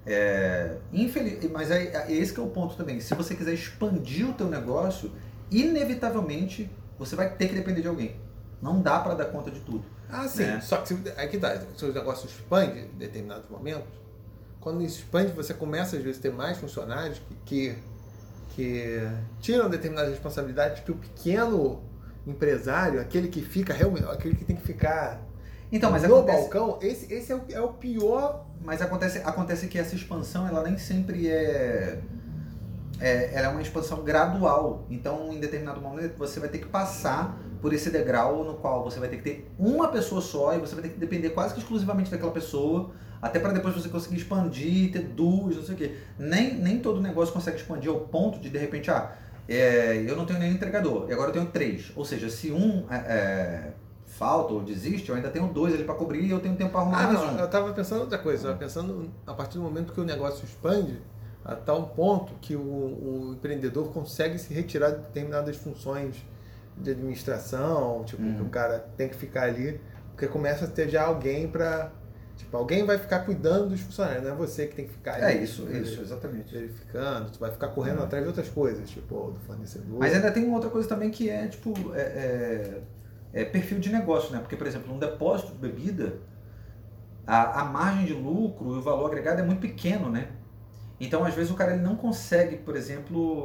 Mas esse que é o ponto também. Se você quiser expandir o teu negócio, inevitavelmente você vai ter que depender de alguém. Não dá para dar conta de tudo. Sim. Só que aqui tá, se o negócio expande em determinados momentos, quando isso expande, você começa às vezes a ter mais funcionários que tiram determinadas responsabilidades que o pequeno empresário, aquele que fica realmente, aquele que tem que ficar no balcão, esse é o pior. Mas acontece que essa expansão, ela nem sempre ela é uma expansão gradual. Então, em determinado momento, você vai ter que passar por esse degrau no qual você vai ter que ter uma pessoa só e você vai ter que depender quase que exclusivamente daquela pessoa, até para depois você conseguir expandir, ter duas, não sei o quê. Nem todo negócio consegue expandir ao ponto de repente, eu não tenho nenhum entregador, e agora eu tenho 3. Ou seja, se um falta ou desiste, eu ainda tenho 2 ali para cobrir e eu tenho tempo para arrumar mais um. Eu estava pensando outra coisa, eu estava pensando a partir do momento que o negócio expande a tal ponto que o empreendedor consegue se retirar de determinadas funções de administração, tipo, que o cara tem que ficar ali, porque começa a ter já alguém para... Tipo, alguém vai ficar cuidando dos funcionários, não é você que tem que ficar ali. Isso, exatamente. Verificando, tu vai ficar correndo atrás de outras coisas, tipo, do fornecedor. Mas ainda tem uma outra coisa também que é, tipo, perfil de negócio, né? Porque, por exemplo, um depósito de bebida, a margem de lucro e o valor agregado é muito pequeno, né? Então, às vezes, o cara ele não consegue, por exemplo,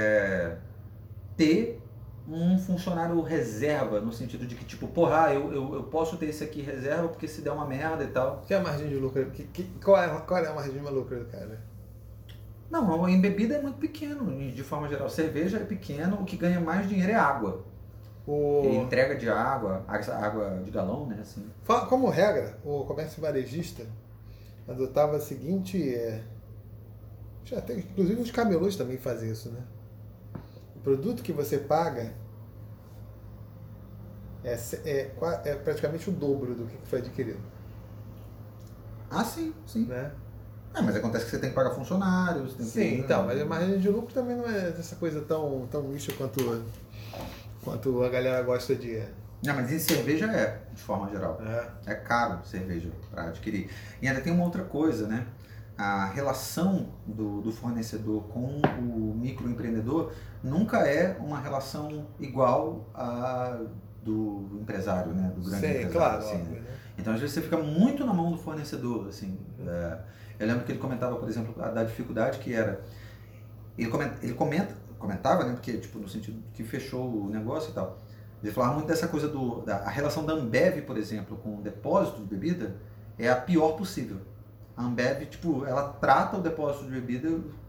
ter um funcionário reserva, no sentido de que, tipo, eu posso ter esse aqui reserva porque se der uma merda e tal. Que é a margem de lucro? Qual é a margem de lucro do cara? Não, em bebida é muito pequeno, de forma geral. Cerveja é pequeno, o que ganha mais dinheiro é água. Entrega de água de galão, né? Assim. Como regra, o comércio varejista adotava a seguinte... inclusive os camelôs também fazem isso, né? O produto que você paga é praticamente o dobro do que foi adquirido. Sim. Né? Mas acontece que você tem que pagar funcionários. Então, mas a margem de lucro também não é essa coisa tão nicho quanto a galera gosta de... Não, mas em cerveja de forma geral. É caro cerveja para adquirir. E ainda tem uma outra coisa, né? A relação do fornecedor com o microempreendedor nunca é uma relação igual à do empresário, né? Do grande empresário. Claro, assim, óbvio, né? Então, às vezes, você fica muito na mão do fornecedor. Assim. Eu lembro que ele comentava, por exemplo, da dificuldade que era... Ele comentava, né? Porque, tipo, no sentido que fechou o negócio e tal. Ele falava muito dessa coisa a relação da Ambev, por exemplo, com o depósito de bebida é a pior possível. A Ambev, tipo, ela trata o depósito de bebida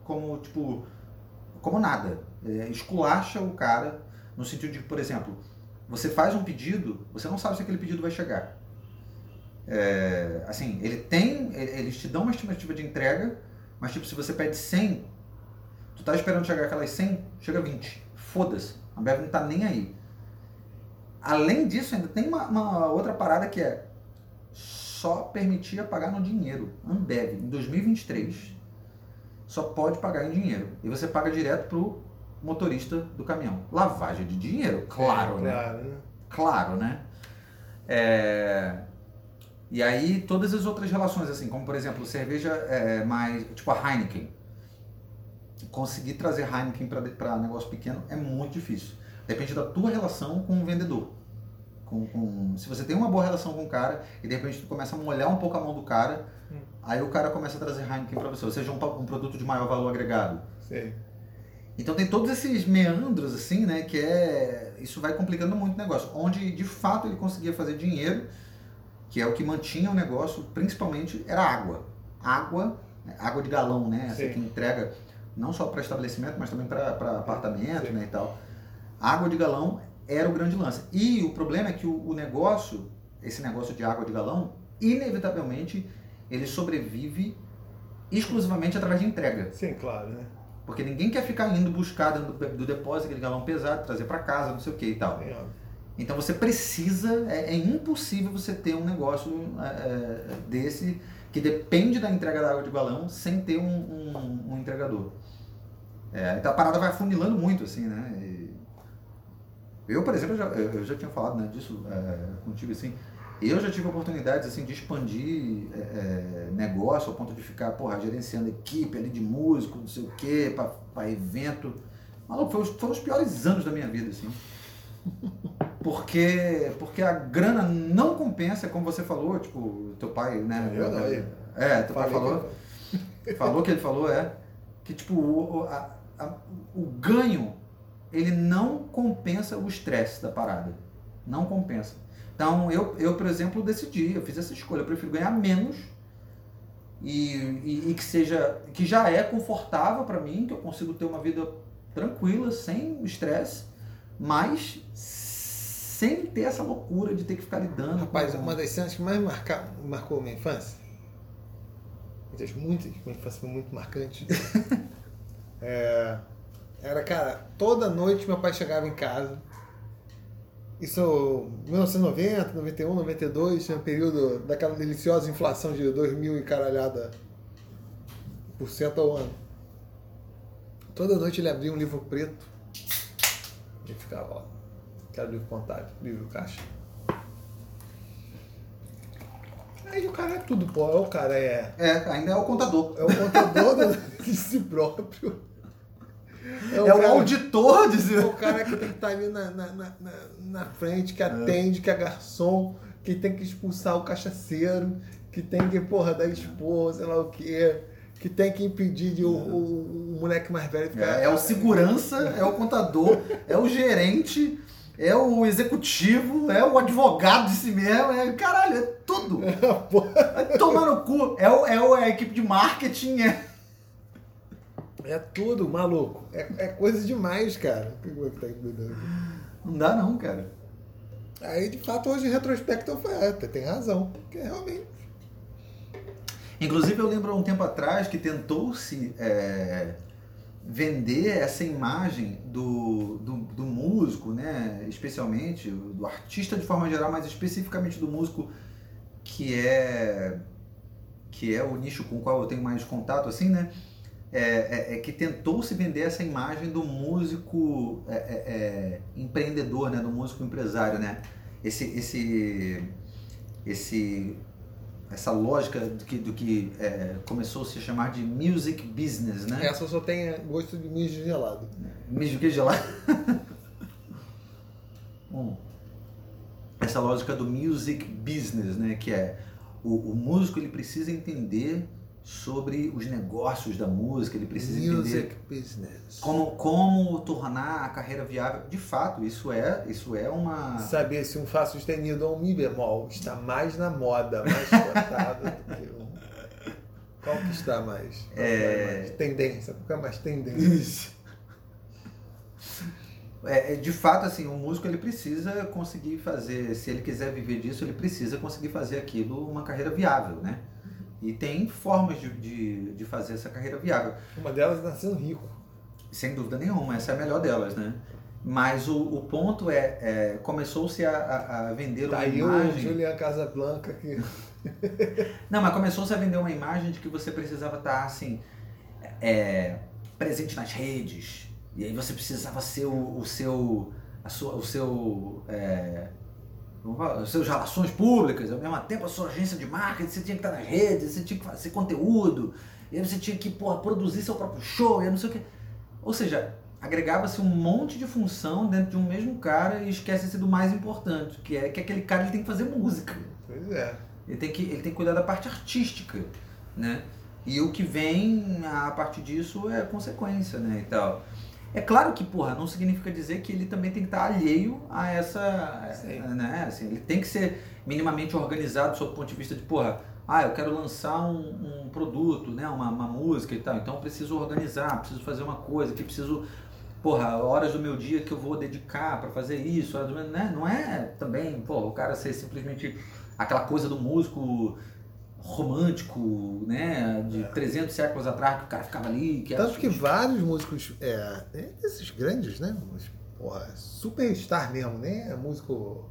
como nada. Esculacha o cara no sentido de, por exemplo, você faz um pedido, você não sabe se aquele pedido vai chegar. Assim, eles te dão uma estimativa de entrega, mas tipo, se você pede 100, tu tá esperando chegar aquelas 100, chega 20. Foda-se. A Ambev não tá nem aí. Além disso, ainda tem uma outra parada que só permitia pagar no dinheiro. Ambev, em 2023, só pode pagar em dinheiro. E você paga direto pro motorista do caminhão. Lavagem de dinheiro, claro, né? Claro, né? E aí, todas as outras relações, assim, como por exemplo, cerveja mais... Tipo a Heineken. Conseguir trazer Heineken para negócio pequeno é muito difícil. Depende da tua relação com o vendedor. Se você tem uma boa relação com o cara e de repente tu começa a molhar um pouco a mão do cara, aí o cara começa a trazer Heineken pra você, ou seja, um produto de maior valor agregado. Sim. Então tem todos esses meandros assim, né, que isso vai complicando muito o negócio, onde de fato ele conseguia fazer dinheiro, que é o que mantinha o negócio, principalmente era água de galão, né, essa que entrega não só para estabelecimento, mas também para apartamento, né, e tal. Água de galão era o grande lance. E o problema é que esse negócio de água de galão, inevitavelmente, ele sobrevive exclusivamente através de entrega. Sim, claro, né? Porque ninguém quer ficar indo buscar dentro do depósito aquele galão pesado, trazer para casa, não sei o que e tal. Sim, então você precisa, é impossível você ter um negócio desse que depende da entrega da água de galão sem ter um entregador. Então a parada vai afunilando muito, assim, né? Eu, por exemplo, eu já tinha falado, né, disso contigo, assim. Eu já tive oportunidades assim, de expandir negócio ao ponto de ficar, gerenciando equipe ali de músico, não sei o quê, para evento. Maluco, foram os piores anos da minha vida, assim. Porque a grana não compensa, como você falou, tipo, teu pai, né? Teu pai falou que ele falou, que tipo, o ganho, ele não compensa o estresse da parada. Não compensa. Então, eu, por exemplo, eu fiz essa escolha, eu prefiro ganhar menos e que já é confortável para mim, que eu consigo ter uma vida tranquila, sem estresse, mas sem ter essa loucura de ter que ficar lidando. Rapaz, uma das cenas que mais marcou minha infância, minha infância foi muito marcante, era, cara, toda noite meu pai chegava em casa. Isso 1990, 91, 92, tinha um período daquela deliciosa inflação de 2000 e caralhada % ao ano. Toda noite ele abria um livro preto e ficava, ó, quero livro contábil, livro caixa. Aí o cara é tudo, pô, o cara ainda é o contador. É o contador de si próprio. O auditor de si. É o cara que tem que estar ali na frente, que atende, que é garçom, que tem que expulsar o cachaceiro, que tem que, dar expor, sei lá o quê, que tem que impedir de o moleque mais velho ficar... É o segurança, é o contador, é o gerente, é o executivo, é o advogado de si mesmo, caralho, é tudo. Vai tomar no cu. É a equipe de marketing, É tudo, maluco. É coisa demais, cara. Não dá não, cara. Aí, de fato, hoje em retrospecto eu falei, tem razão. Porque realmente... Inclusive, eu lembro um tempo atrás que tentou-se vender essa imagem do músico, né? Especialmente, do artista de forma geral, mas especificamente do músico que é o nicho com o qual eu tenho mais contato, assim, né? Que tentou se vender essa imagem do músico empreendedor, né? Do músico empresário, né? Essa lógica do que começou a se chamar de music business, né? Essa só tem gosto de mijo gelado. Mijo que gelado? Bom, essa lógica do music business, né? Que é o músico, ele precisa entender sobre os negócios da música, ele precisa entender business. Como tornar a carreira viável. De fato, isso é uma... Saber se um Fá sustenido ou um Mi bemol está mais na moda, mais cotado do que um... Qual que está mais? Mais tendência, qual é mais tendência? Isso. De fato, assim, o músico, ele precisa conseguir fazer, se ele quiser viver disso, ele precisa conseguir fazer aquilo uma carreira viável, né? E tem formas de fazer essa carreira viável. Uma delas é nascendo rico. Sem dúvida nenhuma, essa é a melhor delas, né? Mas o ponto começou-se a vender uma imagem... o Julian Casablanca que... Não, mas começou-se a vender uma imagem de que você precisava estar, assim, presente nas redes. E aí você precisava ser as suas relações públicas, ao mesmo tempo a sua agência de marketing, você tinha que estar nas redes, você tinha que fazer conteúdo, e aí você tinha que produzir seu próprio show, e não sei o quê. Ou seja, agregava-se um monte de função dentro de um mesmo cara e esquece-se do mais importante, que é que aquele cara ele tem que fazer música. Pois é. Ele tem que cuidar da parte artística, né? E o que vem a partir disso é consequência, né, e tal. É claro que, porra, não significa dizer que ele também tem que estar alheio a essa, né, assim, ele tem que ser minimamente organizado sob o ponto de vista de, porra, eu quero lançar um produto, né, uma música e tal, então eu preciso organizar, preciso fazer uma coisa, que preciso, porra, horas do meu dia que eu vou dedicar para fazer isso, né, não é também, porra, o cara ser simplesmente aquela coisa do músico romântico, né, de 300 séculos atrás, que o cara ficava ali... Tanto que vários músicos, esses grandes, né, porra, superstar mesmo, né, músico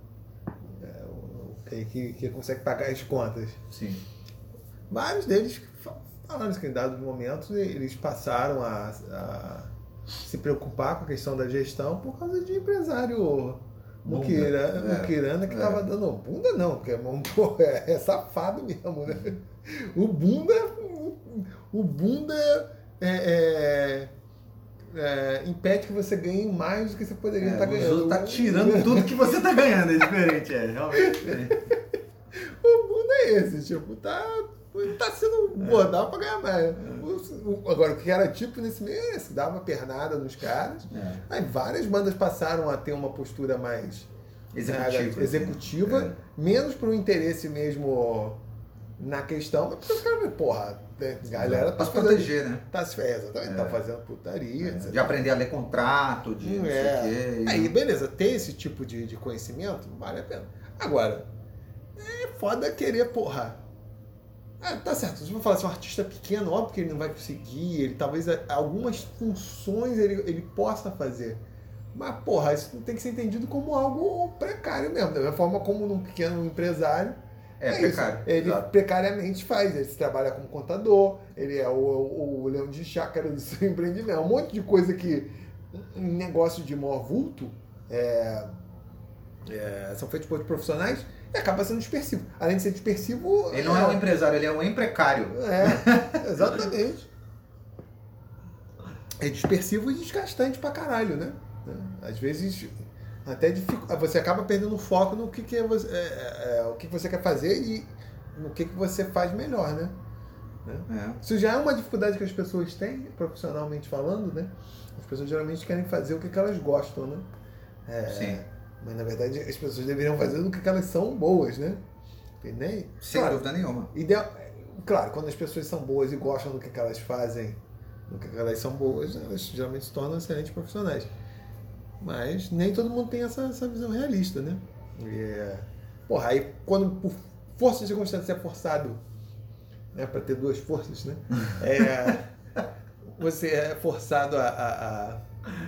que consegue pagar as contas. Sim. Vários deles falaram que em dados momentos eles passaram a se preocupar com a questão da gestão por causa de empresário muquirana que tava dando bunda não, porque é safado mesmo, né? O bunda impede que você ganhe mais do que você poderia estar ganhando. Tá tirando tudo que você tá ganhando, é diferente, realmente diferente. O bunda é esse, tipo, tá sendo bordal pra ganhar mais. Agora, o que era tipo nesse meio, dava pernada nos caras. Aí várias bandas passaram a ter uma postura mais executiva, menos por um interesse mesmo na questão, mas porque os caras, porra, a galera tá se proteger, né? Tá fazendo putaria. De aprender a ler contrato, de não sei o quê. Aí, beleza, ter esse tipo de conhecimento vale a pena. Agora, é foda querer, porra. Tá certo, se você for falar assim, um artista pequeno, óbvio que ele não vai conseguir, ele talvez algumas funções ele possa fazer. Mas, porra, isso tem que ser entendido como algo precário mesmo. Da mesma forma como num pequeno empresário, precário. Isso. Ele precariamente faz, ele trabalha como contador, ele é o leão de chácara do seu empreendimento. Um monte de coisa que, em negócio de maior vulto, são feitos por profissionais, e acaba sendo dispersivo. Além de ser dispersivo... Ele não é um empresário, ele é um emprecário. Exatamente. É dispersivo e desgastante pra caralho, né? Às vezes, até você acaba perdendo o foco no que o que você quer fazer e no que você faz melhor, né? Isso já é uma dificuldade que as pessoas têm, profissionalmente falando, né? As pessoas geralmente querem fazer o que elas gostam, né? Sim. Mas, na verdade, as pessoas deveriam fazer o que elas são boas, né? Sem dúvida nenhuma. Claro, quando as pessoas são boas e gostam do que elas fazem, do que elas são boas, elas geralmente se tornam excelentes profissionais. Mas nem todo mundo tem essa visão realista, né? Aí quando por força de circunstância é forçado, né, para ter duas forças, né? Você é forçado a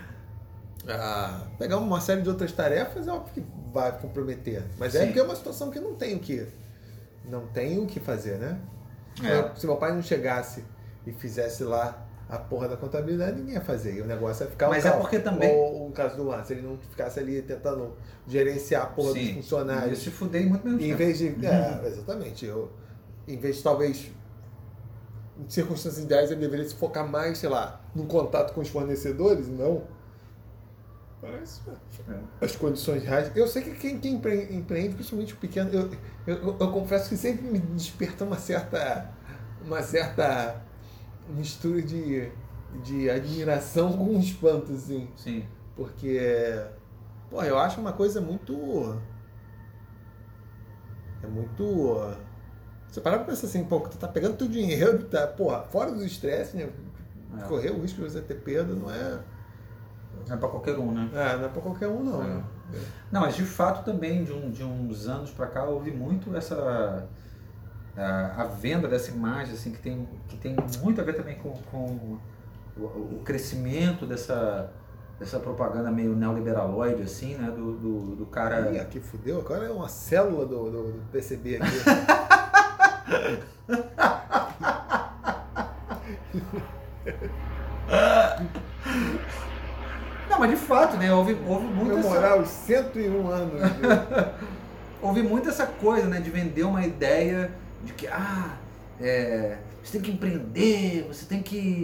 pegar uma série de outras tarefas, é óbvio que vai comprometer. Mas porque é uma situação que não tem o que fazer, né? Se meu pai não chegasse e fizesse lá a porra da contabilidade, ninguém ia fazer. E o negócio ia ficar... Mas porque também... Ou o caso do Lance, ele não ficasse ali tentando gerenciar a porra dos funcionários. Ia se fuder em muito menos tempo. Em vez de... exatamente. Em vez de, talvez, em circunstâncias ideais, ele deveria se focar mais, sei lá, no contato com os fornecedores, não... Parece as condições reais. Eu sei que quem empreende, principalmente o pequeno, eu confesso que sempre me desperta uma certa mistura de admiração com espanto, assim. Sim. Porque, eu acho uma coisa muito... Você para pra pensar assim, tu tá pegando teu dinheiro, tá, fora dos estresses, né? Correr o risco de você ter perda não é... Não é pra qualquer um, né? Não é pra qualquer um, não. Não, mas de fato também, de uns anos pra cá, houve muito a venda dessa imagem, assim, que tem muito a ver também com o crescimento dessa propaganda meio neoliberaloide, assim, né? Do cara... Ih, aqui fudeu, agora é uma célula do PCB aqui. Não, mas de fato, né? Houve muito comemorar os 101 anos. Houve muito essa coisa, né? De vender uma ideia de que, você tem que empreender, você tem que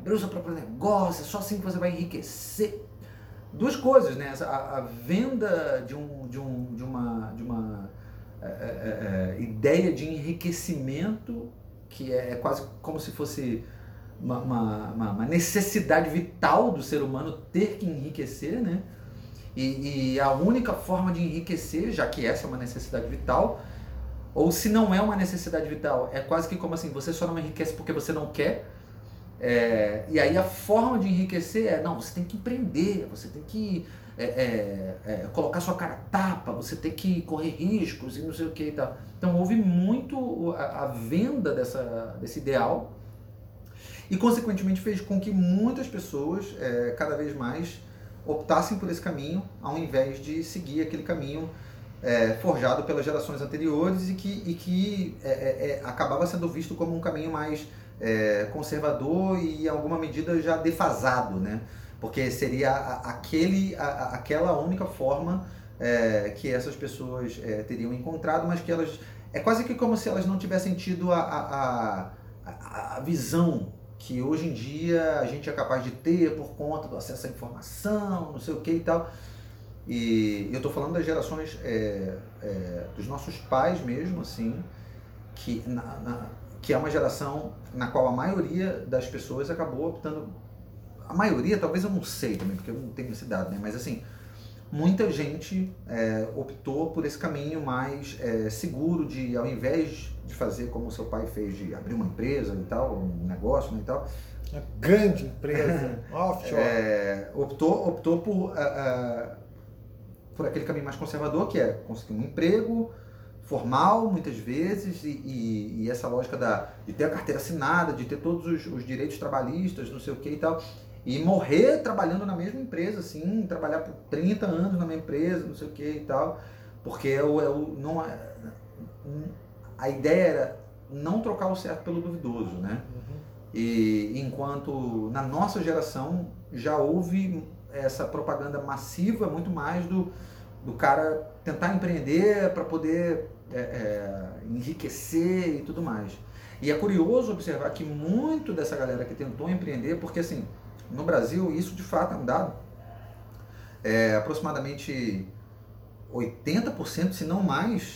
abrir o seu próprio negócio, é só assim que você vai enriquecer. Duas coisas, né? A venda de uma ideia de enriquecimento, que é quase como se fosse uma necessidade vital do ser humano ter que enriquecer, né? E a única forma de enriquecer, já que essa é uma necessidade vital, ou se não é uma necessidade vital, é quase que como assim, você só não enriquece porque você não quer. E aí a forma de enriquecer não, você tem que empreender, você tem que colocar sua cara a tapa, você tem que correr riscos e não sei o que e tal. Então houve muito a venda desse ideal e consequentemente fez com que muitas pessoas cada vez mais optassem por esse caminho ao invés de seguir aquele caminho forjado pelas gerações anteriores e que acabava sendo visto como um caminho mais conservador e em alguma medida já defasado, né? Porque seria aquela única forma que essas pessoas teriam encontrado, mas que elas é quase que como se elas não tivessem tido a visão que hoje em dia a gente é capaz de ter por conta do acesso à informação, não sei o que e tal. E eu estou falando das gerações dos nossos pais mesmo, assim, que é uma geração na qual a maioria das pessoas acabou optando, a maioria, talvez eu não sei também, porque eu não tenho esse dado, né? Mas assim, muita gente optou por esse caminho mais seguro de, ao invés de fazer como o seu pai fez, de abrir uma empresa e tal, um negócio, né, e tal. Uma grande empresa, offshore. Optou por aquele caminho mais conservador, que é conseguir um emprego formal, muitas vezes, e essa lógica de ter a carteira assinada, de ter todos os direitos trabalhistas, não sei o que e tal, e morrer trabalhando na mesma empresa, assim, trabalhar por 30 anos na mesma empresa, não sei o que e tal, porque a ideia era não trocar o certo pelo duvidoso, né? Uhum. E enquanto na nossa geração já houve essa propaganda massiva, muito mais do cara tentar empreender para poder enriquecer e tudo mais. E é curioso observar que muito dessa galera que tentou empreender, porque assim, no Brasil isso de fato é um dado, aproximadamente 80%, se não mais,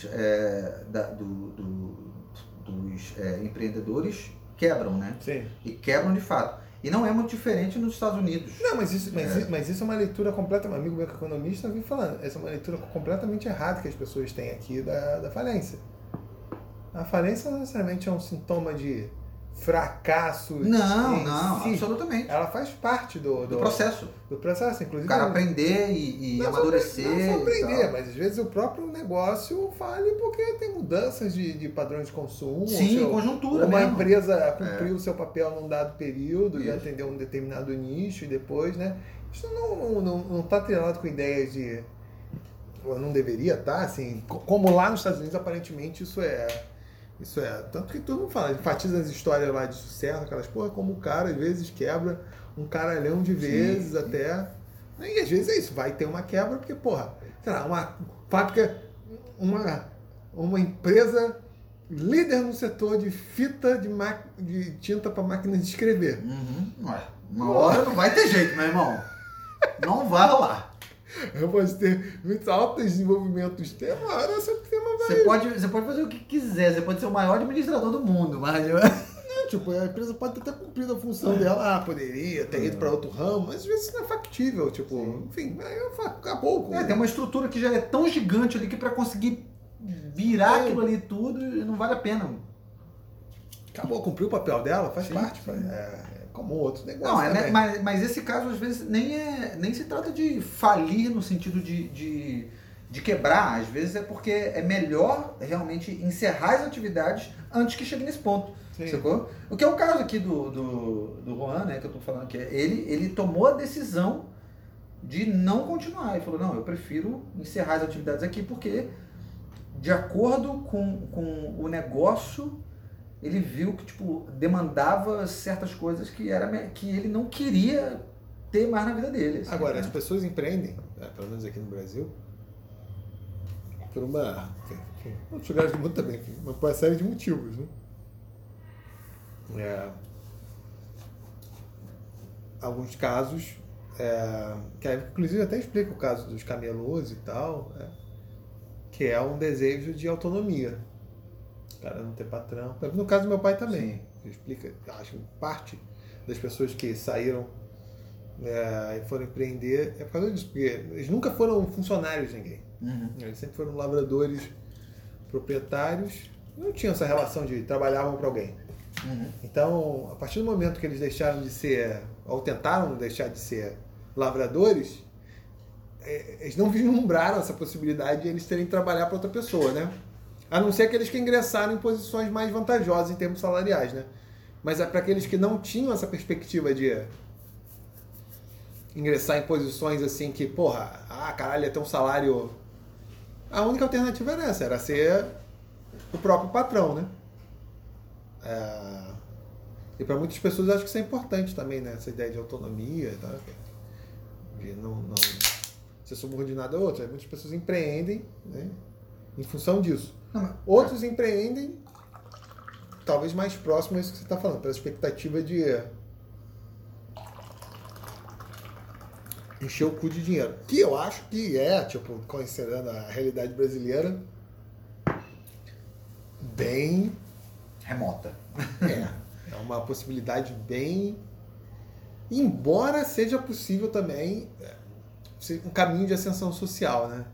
dos empreendedores quebram, né? Sim. E quebram de fato. E não é muito diferente nos Estados Unidos. Não, mas isso é uma leitura completamente, um amigo meu que é economista vem falando, essa é uma leitura completamente errada que as pessoas têm aqui da falência. A falência não necessariamente é um sintoma de fracasso. Não, absolutamente. Ela faz parte do processo. Do processo, inclusive. O cara aprender e amadurecer. Não só aprender, mas às vezes o próprio negócio falha porque tem mudanças de padrões de consumo. Sim, conjuntura uma mesmo. Empresa cumpriu o seu papel num dado período e atendeu um determinado nicho e depois, né? Isso não está atrelado com ideias de... Não deveria estar, assim... Como lá nos Estados Unidos, aparentemente, isso é... Tanto que todo mundo fala, enfatiza as histórias lá de sucesso, aquelas porra, como o cara às vezes quebra um caralhão de vezes. Sim. Até. E às vezes é isso, vai ter uma quebra, porque, porra, sei lá, uma fábrica, uma empresa líder no setor de fita de tinta para máquinas de escrever. Uhum. Uma hora não vai ter jeito, meu irmão. Não vai rolar. Eu posso ter muitos altos desenvolvimentos. Tem uma hora esse tema vai... Você pode fazer o que quiser, você pode ser o maior administrador do mundo, mas... Não, tipo, a empresa pode ter até cumprido a função dela. Poderia ter ido para outro ramo, mas às vezes isso não é factível, tipo, enfim, acabou. Tem uma estrutura que já é tão gigante ali que para conseguir virar aquilo ali tudo, não vale a pena. Acabou, cumpriu o papel dela, faz parte. Como outros negócios. Não, mas esse caso às vezes nem se trata de falir no sentido de quebrar, às vezes é porque é melhor realmente encerrar as atividades antes que chegue nesse ponto. Sim. Sacou? O que é o caso aqui do Juan, né, que eu tô falando aqui, ele tomou a decisão de não continuar. Ele falou, não, eu prefiro encerrar as atividades aqui porque de acordo com o negócio ele viu que tipo, demandava certas coisas que ele não queria ter mais na vida dele. Assim, agora, as pessoas empreendem, pelo menos aqui no Brasil, por outros lugares do mundo também, uma série de motivos, né? alguns casos, que inclusive até explica o caso dos camelôs e tal, que é um desejo de autonomia. O cara não ter patrão. No caso do meu pai também. Explica, acho que parte das pessoas que saíram e foram empreender é por causa disso, porque eles nunca foram funcionários de ninguém. Eles sempre foram lavradores, proprietários, não tinham essa relação de trabalhavam para alguém. Então, a partir do momento que eles deixaram de ser, ou tentaram deixar de ser lavradores, eles não vislumbraram essa possibilidade de eles terem que trabalhar para outra pessoa, né? A não ser aqueles que ingressaram em posições mais vantajosas em termos salariais, né? Mas para aqueles que não tinham essa perspectiva de ingressar em posições assim que, caralho, ia ter um salário... A única alternativa era essa, era ser o próprio patrão, né? E para muitas pessoas acho que isso é importante também, né? Essa ideia de autonomia, tá? De não ser subordinado a outro. Muitas pessoas empreendem, né? Em função disso. Outros empreendem talvez mais próximo a isso que você está falando, pela expectativa de encher o cu de dinheiro. Que eu acho que considerando a realidade brasileira, bem remota. É uma possibilidade bem... Embora seja possível também um caminho de ascensão social, né?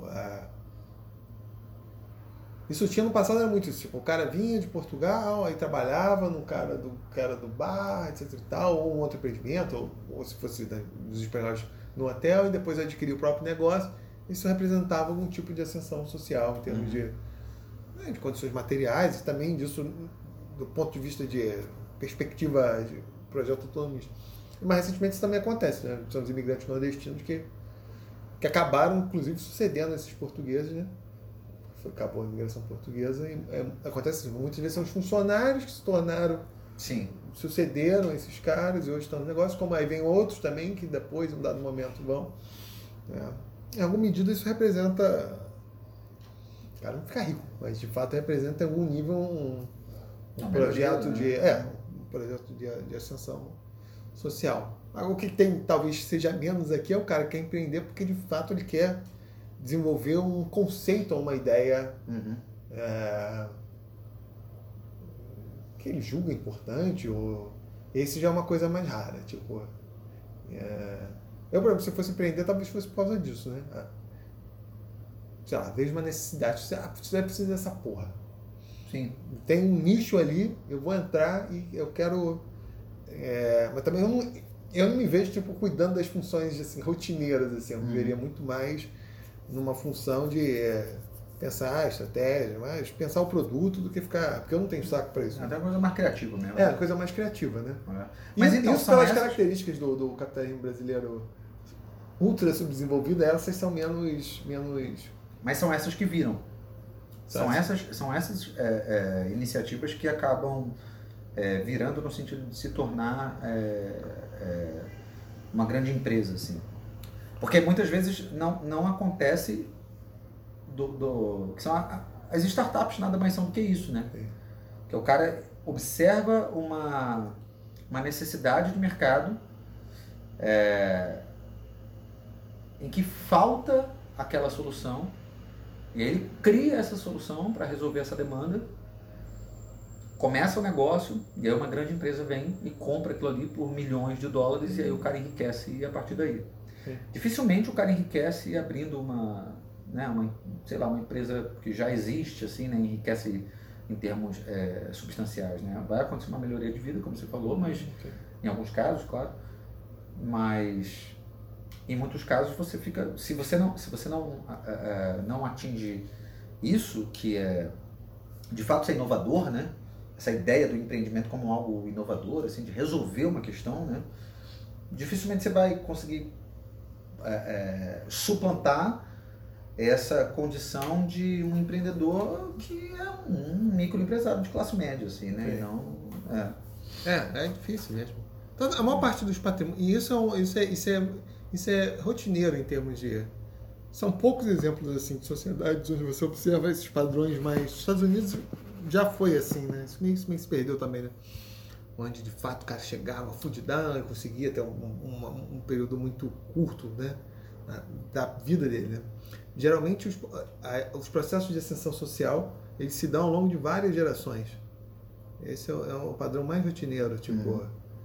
Isso tinha no passado, era muito isso. O cara vinha de Portugal, aí trabalhava no cara do bar, etc e tal, ou um outro empreendimento, ou se fosse dos espanhóis no hotel, e depois adquiria o próprio negócio. Isso representava algum tipo de ascensão social em termos de condições materiais e também disso do ponto de vista de perspectiva de projeto autonomista. Mas recentemente isso também acontece, né? São os imigrantes nordestinos que acabaram, inclusive, sucedendo esses portugueses, né? Acabou a imigração portuguesa e acontece assim, muitas vezes são os funcionários que se tornaram, sucederam esses caras e hoje estão no negócio, como aí vem outros também que depois, em um dado momento, vão. Em alguma medida isso representa, o cara não fica rico, mas de fato representa em algum nível um projeto de ascensão social. O que tem, talvez seja menos aqui, é o cara que quer empreender porque de fato ele quer desenvolver um conceito ou uma ideia que ele julga importante, ou esse já é uma coisa mais rara. Eu, por exemplo, se fosse empreender, talvez fosse por causa disso, né? Sei lá, vejo uma necessidade, você precisa dessa porra. Sim. Tem um nicho ali, eu vou entrar e eu quero... mas também eu não me vejo cuidando das funções assim, rotineiras, assim, eu me veria muito mais numa função de pensar a estratégia, mas pensar o produto do que ficar... Porque eu não tenho saco para isso. Até uma coisa mais criativa mesmo. Uma coisa mais criativa, né? Mas e então, isso pelas características do capitalismo brasileiro ultra subdesenvolvido, essas são menos... Mas são essas que viram. São essas iniciativas que acabam virando no sentido de se tornar uma grande empresa, assim. Porque muitas vezes não acontece que são as startups nada mais são do que isso, né? Sim. Que o cara observa uma necessidade do mercado em que falta aquela solução e aí ele cria essa solução para resolver essa demanda, começa o negócio e aí uma grande empresa vem e compra aquilo ali por milhões de dólares e aí o cara enriquece a partir daí. Sim. Dificilmente o cara enriquece abrindo uma empresa que já existe, assim, né, enriquece em termos substanciais, né? Vai acontecer uma melhoria de vida, como você falou, mas em alguns casos, claro, mas em muitos casos você fica, se você não atinge isso, que é de fato ser inovador, né? Essa ideia do empreendimento como algo inovador, assim, de resolver uma questão, né? Dificilmente você vai conseguir suplantar essa condição de um empreendedor que é um microempresário de classe média, assim, né? É difícil mesmo. Então, a maior parte dos patrimônios, e isso é rotineiro em termos de... São poucos exemplos assim de sociedades onde você observa esses padrões, mas nos Estados Unidos já foi assim, né? Isso meio se perdeu também, né? onde de fato o cara chegava fudidão e conseguia ter um período muito curto, né, da vida dele, né? Geralmente os processos de ascensão social, eles se dão ao longo de várias gerações. Esse é o padrão mais rotineiro, tipo,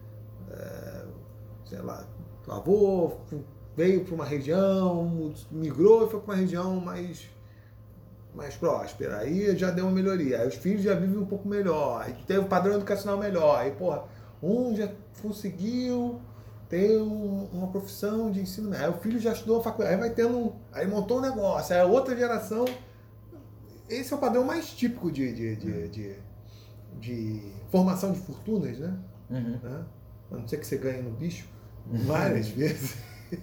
sei lá, o avô veio para uma região, migrou e foi para uma região mais próspera, aí já deu uma melhoria, aí os filhos já vivem um pouco melhor, aí teve um padrão educacional melhor, aí porra, um já conseguiu ter uma profissão de ensino médio, aí o filho já estudou a faculdade, aí vai tendo, aí montou um negócio, aí a outra geração, esse é o padrão mais típico de formação de fortunas, né? Né? A não ser que você ganhe no bicho várias vezes.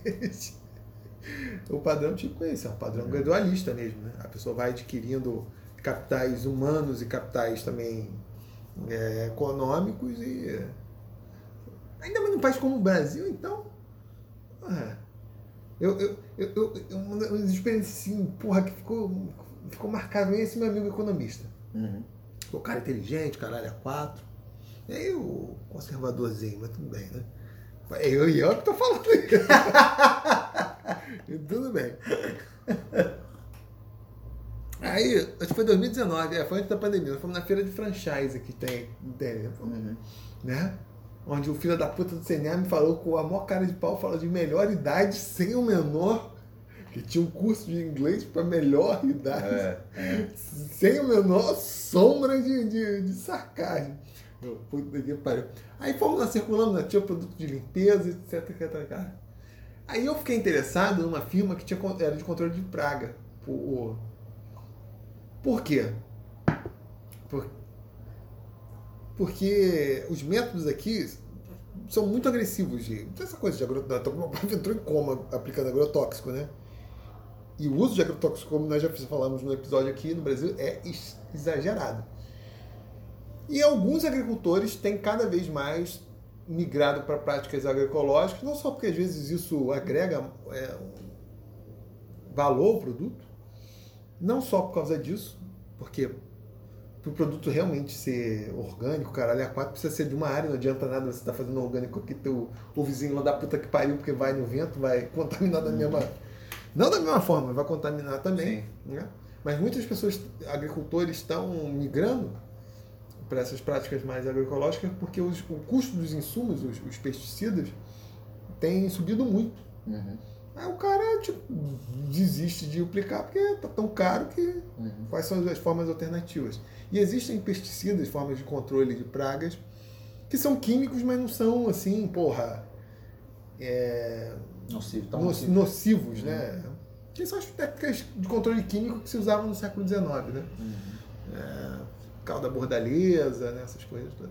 O padrão tipo esse, é um padrão gradualista mesmo, né? A pessoa vai adquirindo capitais humanos e capitais também econômicos e ainda mais num país como o Brasil, então uma experiência assim, porra, que ficou marcado esse meu amigo economista. O cara inteligente, caralho, A4. E aí o conservadorzinho, mas tudo bem, né? Eu que tô falando isso. E tudo bem. Aí, acho que foi 2019, foi antes da pandemia, nós fomos na feira de franchise que tem né? Onde o filho da puta do CNA me falou com a maior cara de pau, falou de melhor idade sem o menor, que tinha um curso de inglês para melhor idade, sem o menor sombra de sarcasmo. Puta que pariu. Aí fomos lá circulando, tinha produto de limpeza, etc. Cara. Aí eu fiquei interessado numa firma que era de controle de praga. Por quê? Porque os métodos aqui são muito agressivos. Essa coisa de agrotóxico, meu pai entrou em coma aplicando agrotóxico, né? E o uso de agrotóxico, como nós já falamos no episódio aqui no Brasil, é exagerado. E alguns agricultores têm cada vez mais migrado para práticas agroecológicas, não só porque às vezes isso agrega valor ao produto, não só por causa disso, porque para o produto realmente ser orgânico, caralho, A4 precisa ser de uma área, não adianta nada você estar fazendo orgânico aqui, o vizinho lá da puta que pariu, porque vai no vento, vai contaminar da mesma... Não da mesma forma, vai contaminar também, né? Mas muitas pessoas, agricultores, estão migrando para essas práticas mais agroecológicas porque o custo dos insumos, os pesticidas, tem subido muito. Aí o cara desiste de aplicar porque está tão caro que quais são as formas alternativas. E existem pesticidas, formas de controle de pragas, que são químicos, mas não são assim, nocivos, né? Que são as técnicas de controle químico que se usavam no século XIX, né? Calda bordaleza, né? Essas coisas todas.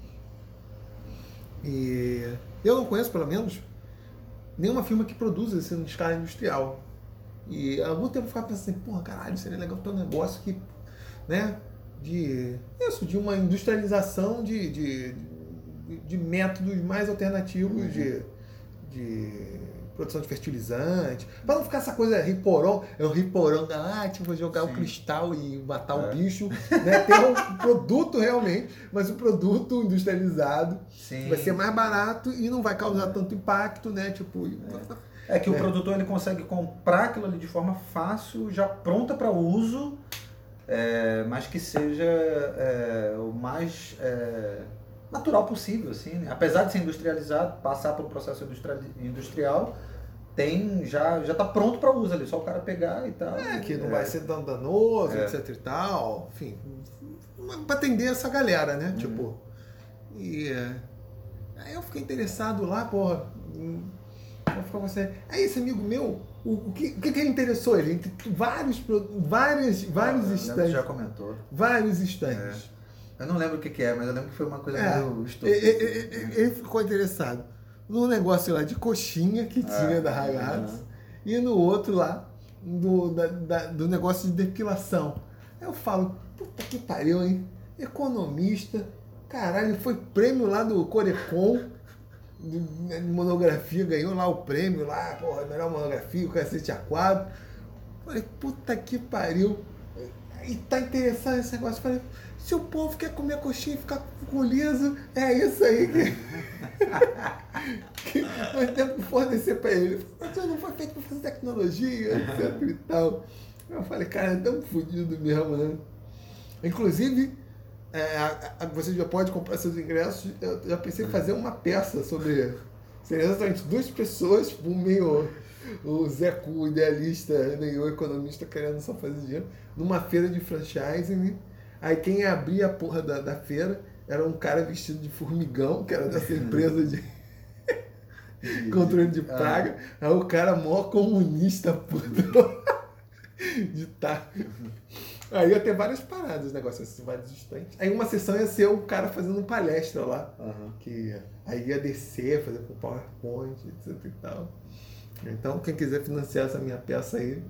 E eu não conheço, pelo menos, nenhuma firma que produza isso em escala industrial. E há algum tempo eu ficava pensando assim, porra, caralho, seria legal ter um negócio que, né, de uma industrialização de métodos mais alternativos de produção de fertilizante, para não ficar essa coisa riporão, vou jogar o cristal e matar o bicho, né? Ter um produto realmente, mas o produto industrializado vai ser mais barato e não vai causar tanto impacto, né? Que o produtor ele consegue comprar aquilo ali de forma fácil, já pronta para uso, mas que seja o mais natural possível, assim, né? Apesar de ser industrializado, passar por um processo industrial, já está pronto para uso ali, só o cara pegar e tal. Que não vai ser tão danoso, etc e tal, enfim, para atender essa galera, né? Aí eu fiquei interessado lá, porra, vou ficar com você. Aí esse amigo meu, o que ele interessou ele? Entre vários estandes. Já comentou. Vários estandes. Eu não lembro o que é, mas eu lembro que foi uma coisa meio estúpida. Ele ficou interessado no negócio lá de coxinha que tinha da Ragazzi e no outro lá do negócio de depilação. Aí eu falo, puta que pariu, hein? Economista, caralho, foi prêmio lá do Corecon, de monografia, ganhou lá o prêmio lá, porra, melhor monografia, o cacete A4. Falei, puta que pariu. E tá interessante esse negócio. Eu falei, se o povo quer comer coxinha e ficar com liso, é isso aí que nós temos que fornecer para ele. Mas não foi feito para fazer tecnologia, etc e tal. Eu falei, cara, é tão fodido mesmo, né? Inclusive, você já pode comprar seus ingressos. Eu já pensei em fazer uma peça sobre... Seria exatamente 2 pessoas, meio o Zé Cu, idealista, meio economista querendo só fazer dinheiro, numa feira de franchising. Aí quem abria a porra da feira era um cara vestido de formigão, que era dessa empresa de controle de praga. Aí o cara mó comunista, puto, de tá. Aí ia ter várias paradas, negócios assim, vários estantes. Aí uma sessão ia ser o cara fazendo palestra lá, que aí ia descer, fazer com PowerPoint, etc e tal. Então, quem quiser financiar essa minha peça aí,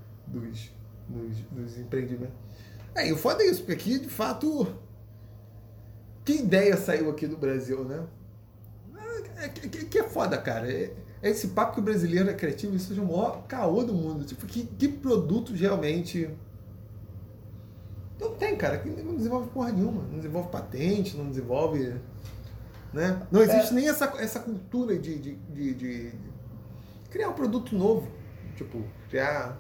dos empreendimentos. E o foda é isso, porque aqui, de fato, que ideia saiu aqui do Brasil, né? Que é foda, cara. É esse papo que o brasileiro é criativo, isso é o maior caô do mundo. Tipo, que produtos realmente... Não tem, cara. Aqui não desenvolve porra nenhuma. Não desenvolve patente, não desenvolve... Né? Não existe nem essa cultura de criar um produto novo. Tipo, criar...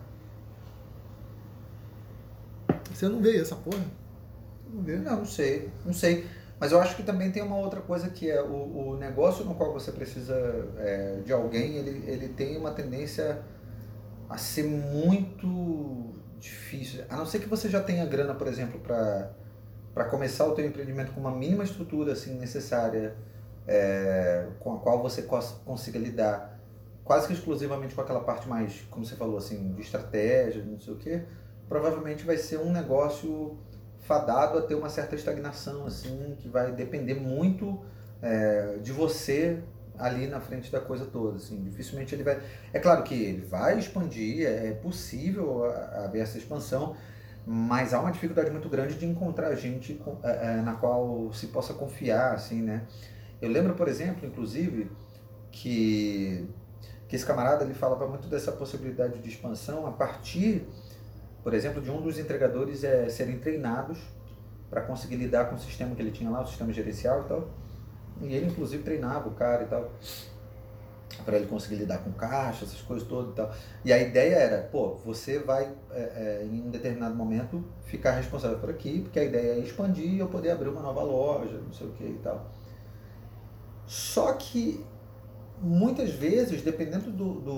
Você não vê essa porra? Não vê? Não sei. Mas eu acho que também tem uma outra coisa que é o negócio no qual você precisa de alguém, ele tem uma tendência a ser muito difícil. A não ser que você já tenha grana, por exemplo, para começar o teu empreendimento com uma mínima estrutura assim, necessária, com a qual você consiga lidar quase que exclusivamente com aquela parte mais, como você falou, assim, de estratégia, não sei o quê, provavelmente vai ser um negócio fadado a ter uma certa estagnação, assim, que vai depender muito de você ali na frente da coisa toda, assim. Dificilmente ele vai... É claro que ele vai expandir, é possível haver essa expansão, mas há uma dificuldade muito grande de encontrar gente na qual se possa confiar, assim, né? Eu lembro, por exemplo, inclusive, que esse camarada ele falava muito dessa possibilidade de expansão a partir... Por exemplo, de um dos entregadores serem treinados para conseguir lidar com o sistema que ele tinha lá, o sistema gerencial e tal. E ele, inclusive, treinava o cara e tal, para ele conseguir lidar com caixa, essas coisas todas e tal. E a ideia era, você vai, em um determinado momento, ficar responsável por aqui, porque a ideia é expandir e eu poder abrir uma nova loja, não sei o que e tal. Só que, muitas vezes, dependendo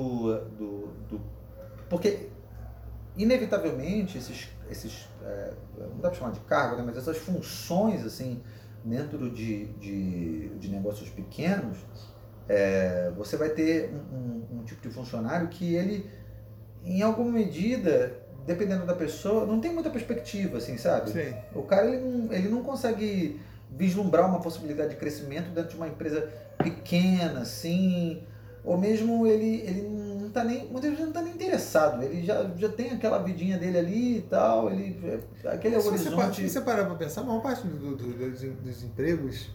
porque... Inevitavelmente, esses não dá para chamar de cargo, né, mas essas funções assim, dentro de negócios pequenos, você vai ter um tipo de funcionário que ele, em alguma medida, dependendo da pessoa, não tem muita perspectiva, assim, sabe? Sim. O cara ele não consegue vislumbrar uma possibilidade de crescimento dentro de uma empresa pequena, assim, ou mesmo ele não tá nem, muitas vezes não está nem interessado, ele já tem aquela vidinha dele ali e tal, aquele é o horizonte. Se você parar para pensar, a maior parte dos empregos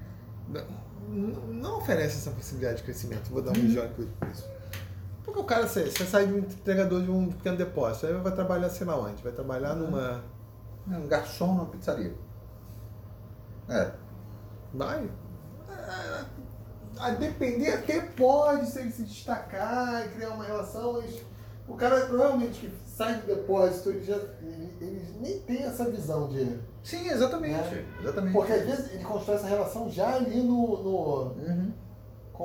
não oferece essa possibilidade de crescimento. Vou dar um exemplo disso. Porque o cara, você sai de um entregador de um pequeno depósito, aí vai trabalhar sei lá onde? Vai trabalhar numa... Um garçom numa pizzaria. Vai... A depender, até pode se ele se destacar e criar uma relação, mas o cara provavelmente que sai do depósito, ele nem tem essa visão de... Sim, exatamente. Né? Exatamente. Porque às vezes ele constrói essa relação já ali com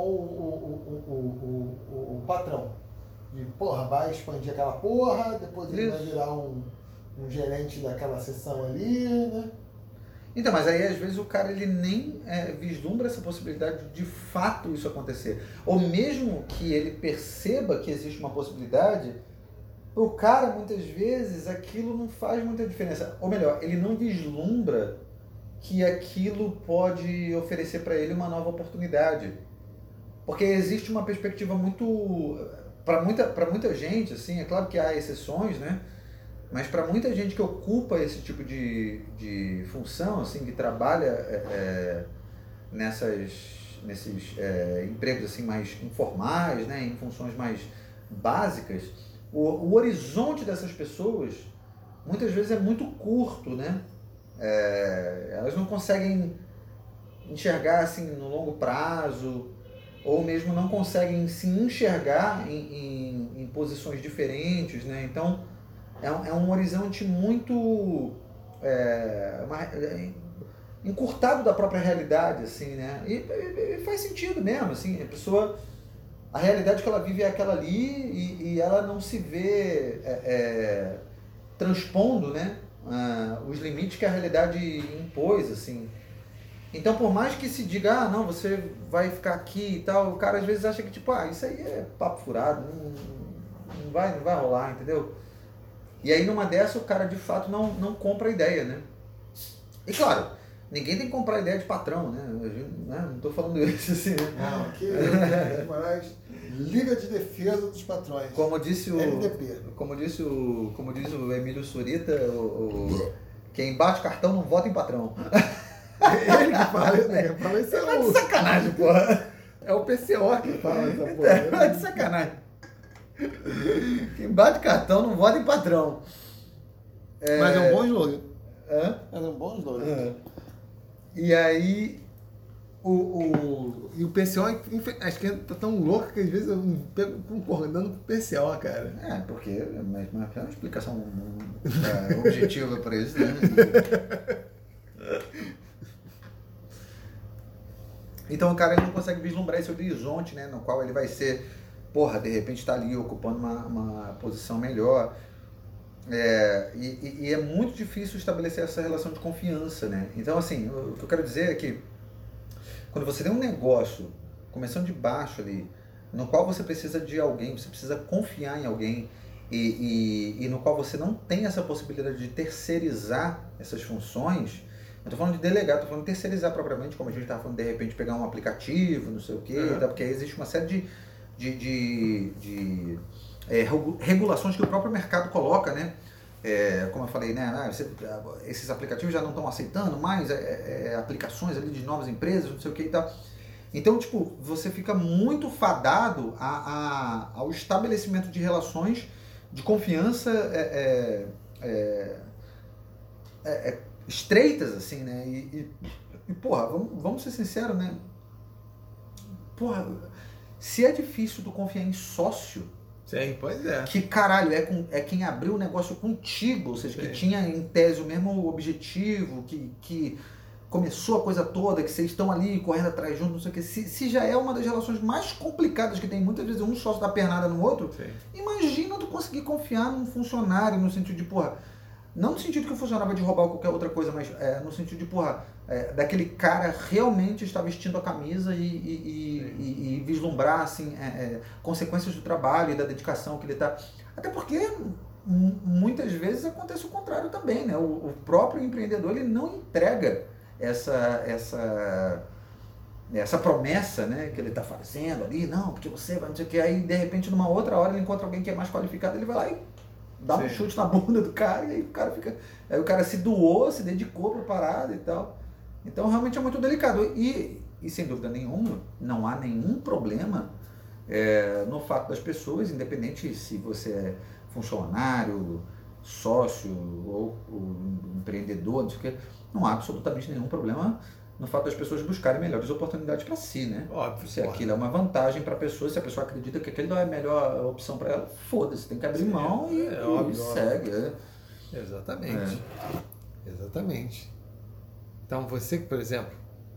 o patrão. De, vai expandir aquela porra, depois ele vai virar um gerente daquela seção ali, né? Então, mas aí às vezes o cara ele nem vislumbra essa possibilidade de fato isso acontecer. Ou mesmo que ele perceba que existe uma possibilidade, pro cara muitas vezes aquilo não faz muita diferença. Ou melhor, ele não vislumbra que aquilo pode oferecer para ele uma nova oportunidade. Porque existe uma perspectiva muito... Para muita gente, assim, é claro que há exceções, né? Mas para muita gente que ocupa esse tipo de função, assim, que trabalha nesses empregos assim, mais informais, né, em funções mais básicas, o horizonte dessas pessoas muitas vezes é muito curto, né? Elas não conseguem enxergar assim no longo prazo, ou mesmo não conseguem se enxergar em posições diferentes, né? Então é um horizonte muito encurtado da própria realidade, assim, né? E faz sentido mesmo, assim, a realidade que ela vive é aquela ali e ela não se vê transpondo, né? Os limites que a realidade impôs, assim. Então, por mais que se diga, não, você vai ficar aqui e tal, o cara às vezes acha que, tipo, isso aí é papo furado, não vai rolar, entendeu? E aí, numa dessa, o cara, de fato, não compra a ideia, né? E, claro, ninguém tem que comprar a ideia de patrão, né? Não tô falando isso assim, né? Não, aqui, Guimarães, Liga de Defesa dos Patrões. Como disse o... LDP. Como diz o Emílio Surita, quem bate cartão não vota em patrão. Ele que fala isso, né? Fala isso é de sacanagem, porra. É o PCO que fala essa porra. É de sacanagem. Quem bate cartão não vota em patrão. Mas é um bom slogan. É um bom slogan. E aí... E o PCO, a esquerda tá tão louca que às vezes eu me pego concordando com o PCO, cara. Porque mas é uma explicação objetiva para isso, né? Então o cara não consegue vislumbrar esse horizonte, né, no qual ele vai ser, de repente está ali ocupando uma posição melhor. E é muito difícil estabelecer essa relação de confiança, né? Então, assim, o que eu quero dizer é que quando você tem um negócio começando de baixo ali, no qual você precisa de alguém, você precisa confiar em alguém e no qual você não tem essa possibilidade de terceirizar essas funções. Eu tô falando de delegar, tô falando de terceirizar propriamente, como a gente estava falando, de repente pegar um aplicativo, não sei o quê, porque aí existe uma série de regulações que o próprio mercado coloca, né? Como eu falei, né? Esses aplicativos já não estão aceitando mais aplicações ali de novas empresas, não sei o que e tal. Então, tipo, você fica muito fadado ao estabelecimento de relações de confiança estreitas, assim, né? E porra, vamos ser sinceros, né? Porra, se é difícil tu confiar em sócio... Sim, pois é. Que caralho, é quem abriu o negócio contigo, ou seja, que tinha em tese o mesmo objetivo, que começou a coisa toda, que vocês estão ali correndo atrás junto, não sei o que. Se já é uma das relações mais complicadas que tem, muitas vezes um sócio dá pernada no outro, imagina tu conseguir confiar num funcionário, no sentido de, não no sentido que o funcionário vai te roubar ou qualquer outra coisa, mas no sentido de, daquele cara realmente estar vestindo a camisa e vislumbrar, assim, consequências do trabalho e da dedicação que ele está... Até porque muitas vezes acontece o contrário também, né? O próprio empreendedor, ele não entrega essa promessa, né, que ele está fazendo ali, não, porque você vai, não sei o que, aí de repente numa outra hora ele encontra alguém que é mais qualificado, ele vai lá e dá um chute na bunda do cara, e aí o cara fica... Aí o cara se doou, se dedicou para a parada e tal. Então realmente é muito delicado. E sem dúvida nenhuma, não há nenhum problema no fato das pessoas, independente se você é funcionário, sócio ou empreendedor, não sei o que, não há absolutamente nenhum problema no fato das pessoas buscarem melhores oportunidades para si, né? Óbvio. Se aquilo é uma vantagem para a pessoa, se a pessoa acredita que aquilo não é a melhor opção para ela, foda-se, tem que abrir mão e segue. Exatamente. Exatamente. Então você que, por exemplo,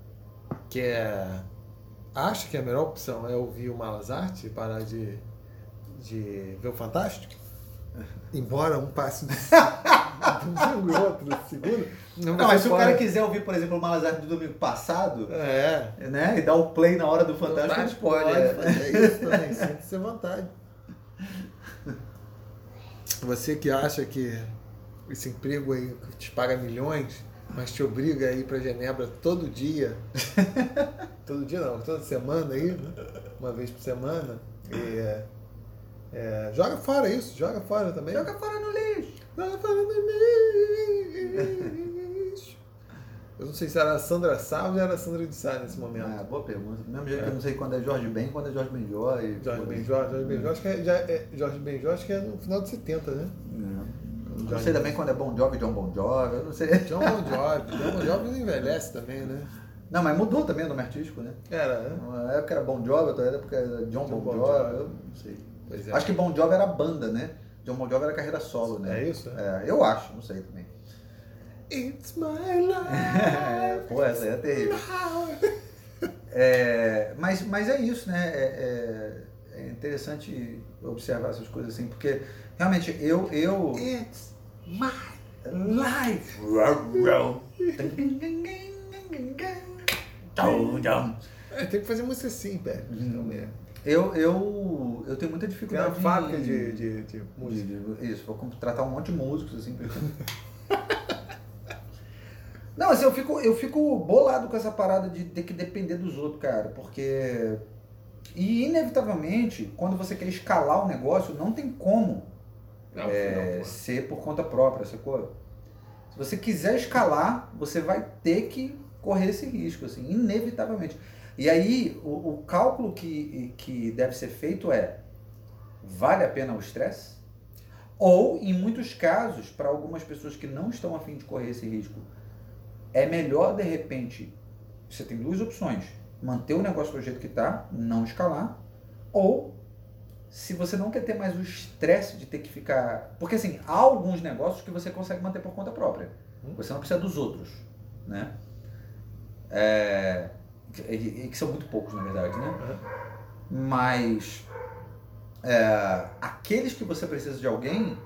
acha que a melhor opção é ouvir o Malas Arte e parar de ver o Fantástico, embora um passe de um e outro segundo. Não, mas se o cara quiser ouvir, por exemplo, o Malas Arte do domingo passado, né, e dar o play na hora do Fantástico, ele pode fazer isso também, sinta-se à vontade. Você que acha que esse emprego aí te paga milhões, mas te obriga a ir para Genebra todo dia, todo dia não, toda semana aí, né? Uma vez por semana, joga fora isso, joga fora também. Joga fora no lixo. Joga fora no lixo. Eu não sei se era a Sandra Sá ou era a Sandra de Sá nesse momento. Boa pergunta. Do mesmo jeito que eu não sei quando é Jorge Ben, quando é Jorge Benjor. Jorge Benjor acho que é no final de 70, né? Não sei também quando é Bon Jovi, John Bon Jovi, eu não sei. John Bon Jovi não envelhece também, né? Não, mas mudou também o nome artístico, né? Era, né? Uma época era Bon Jovi, outra época era John Bon Jovi, eu não sei. Pois é. Acho que Bon Jovi era a banda, né? John Bon Jovi era carreira solo, né? É isso? Eu acho, não sei também. It's my life. Pô, essa aí é terrível. Mas é isso, né? É interessante observar essas coisas assim, porque realmente eu It's my life. Tem que fazer música assim, velho. Eu tenho muita Tem dificuldade uma fábrica de música. Isso, vou contratar um monte de músicos assim. Não, assim, eu fico bolado com essa parada de ter que depender dos outros, cara, porque... E, inevitavelmente, quando você quer escalar o negócio, não tem como ser por conta própria, sacou? Se você quiser escalar, você vai ter que correr esse risco, assim, inevitavelmente. E aí, o cálculo que deve ser feito vale a pena o estresse? Ou, em muitos casos, para algumas pessoas que não estão a fim de correr esse risco, é melhor, de repente, você tem duas opções: manter o negócio do jeito que está, não escalar, ou, se você não quer ter mais o estresse de ter que ficar... Porque, assim, há alguns negócios que você consegue manter por conta própria. Você não precisa dos outros, né? E que são muito poucos, na verdade, né? Mas aqueles que você precisa de alguém,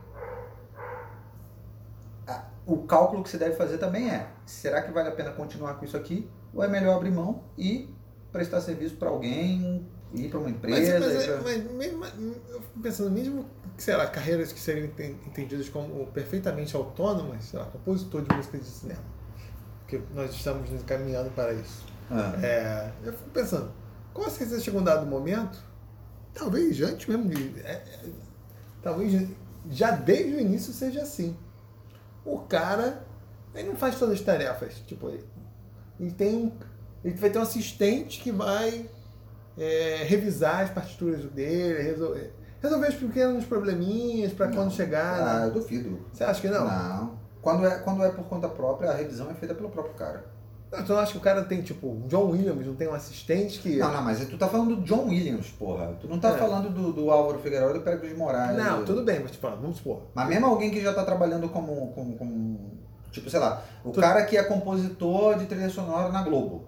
o cálculo que você deve fazer também será que vale a pena continuar com isso aqui, ou é melhor abrir mão e prestar serviço para alguém, ir para uma empresa? Mas mesmo, eu fico pensando, mesmo que, sei lá, carreiras que seriam entendidas como perfeitamente autônomas, sei lá, compositor de música de cinema, porque nós estamos nos encaminhando para isso. Eu fico pensando, com certeza chega um dado momento, talvez antes mesmo talvez já desde o início seja assim. O cara, ele não faz todas as tarefas, tipo, ele vai ter um assistente que vai revisar as partituras dele, resolver os pequenos probleminhas para quando chegar. Eu duvido. Você acha que não? Não. Quando é por conta própria, a revisão é feita pelo próprio cara. Então eu acho que o cara tem, tipo, um John Williams, não tem um assistente que... Não, mas tu tá falando do John Williams, porra. Tu não tá falando do Álvaro Figueiredo e do Pérez de Moraes. Não, tudo bem, mas tipo, vamos supor. Mas mesmo alguém que já tá trabalhando como tipo, sei lá, cara que é compositor de trilha sonora na Globo.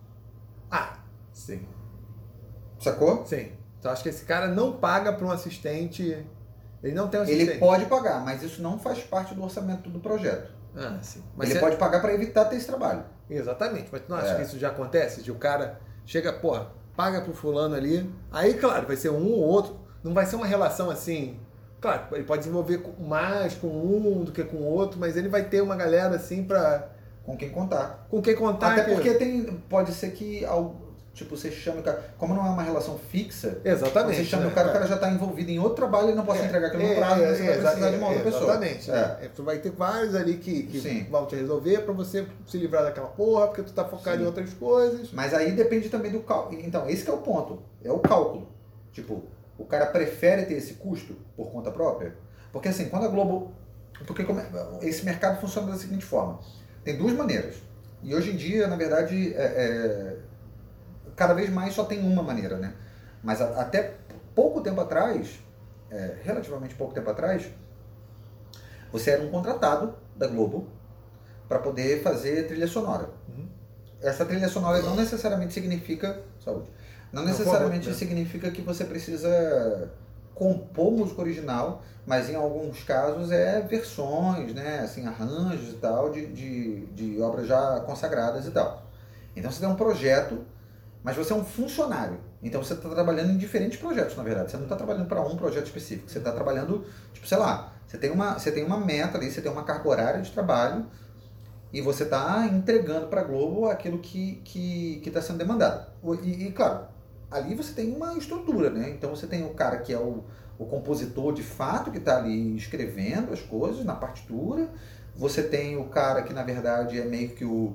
Sim. Sacou? Sim. Então acho que esse cara não paga para um assistente... Ele não tem um assistente. Ele pode pagar, mas isso não faz parte do orçamento do projeto. Sim. Mas ele pode pagar para evitar ter esse trabalho. Exatamente, mas tu não acha que isso já acontece? De o cara chega, paga pro fulano ali, aí claro, vai ser um ou outro, não vai ser uma relação assim, claro, ele pode desenvolver mais com um do que com o outro, mas ele vai ter uma galera assim pra... Com quem contar. Até porque pode ser que, tipo, você chama o cara, como não é uma relação fixa, exatamente, você chama o cara já está envolvido em outro trabalho e não pode entregar aquilo no prazo, você vai precisar de uma outra pessoa. Exatamente. Tu vai ter vários ali que vão te resolver para você se livrar daquela porra, porque tu tá focado em outras coisas. Mas aí depende também do cálculo. Então, esse que é o ponto, é o cálculo. Tipo, o cara prefere ter esse custo por conta própria? Porque assim, quando a Globo... Porque esse mercado funciona da seguinte forma. Tem duas maneiras. E hoje em dia, na verdade, cada vez mais só tem uma maneira, né? Mas até pouco tempo atrás, relativamente pouco tempo atrás, você era um contratado da Globo para poder fazer trilha sonora. Essa trilha sonora não necessariamente significa... Saúde. Não necessariamente significa que você precisa compor música original, mas em alguns casos versões, né? Assim, arranjos e tal, de obras já consagradas e tal. Então você tem um projeto, mas você é um funcionário. Então você está trabalhando em diferentes projetos, na verdade. Você não está trabalhando para um projeto específico. Você está trabalhando, tipo, sei lá, você tem uma meta ali, você tem uma carga horária de trabalho e você está entregando para a Globo aquilo que está sendo demandado. E, claro, ali você tem uma estrutura, né? Então você tem o cara que é o compositor de fato, que está ali escrevendo as coisas na partitura. Você tem o cara que, na verdade, é meio que o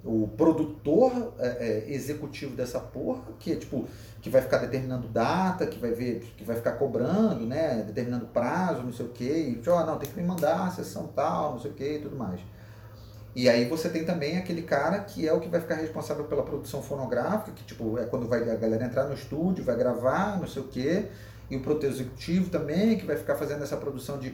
o produtor executivo dessa porra, que é tipo, que vai ficar determinando data, que vai ver, que vai ficar cobrando, né, determinando prazo, não sei o que, e não, tem que me mandar a sessão tal, não sei o que e tudo mais. E aí você tem também aquele cara que é o que vai ficar responsável pela produção fonográfica, que tipo, é quando vai a galera entrar no estúdio, vai gravar, não sei o que, e o produtor executivo também, que vai ficar fazendo essa produção de,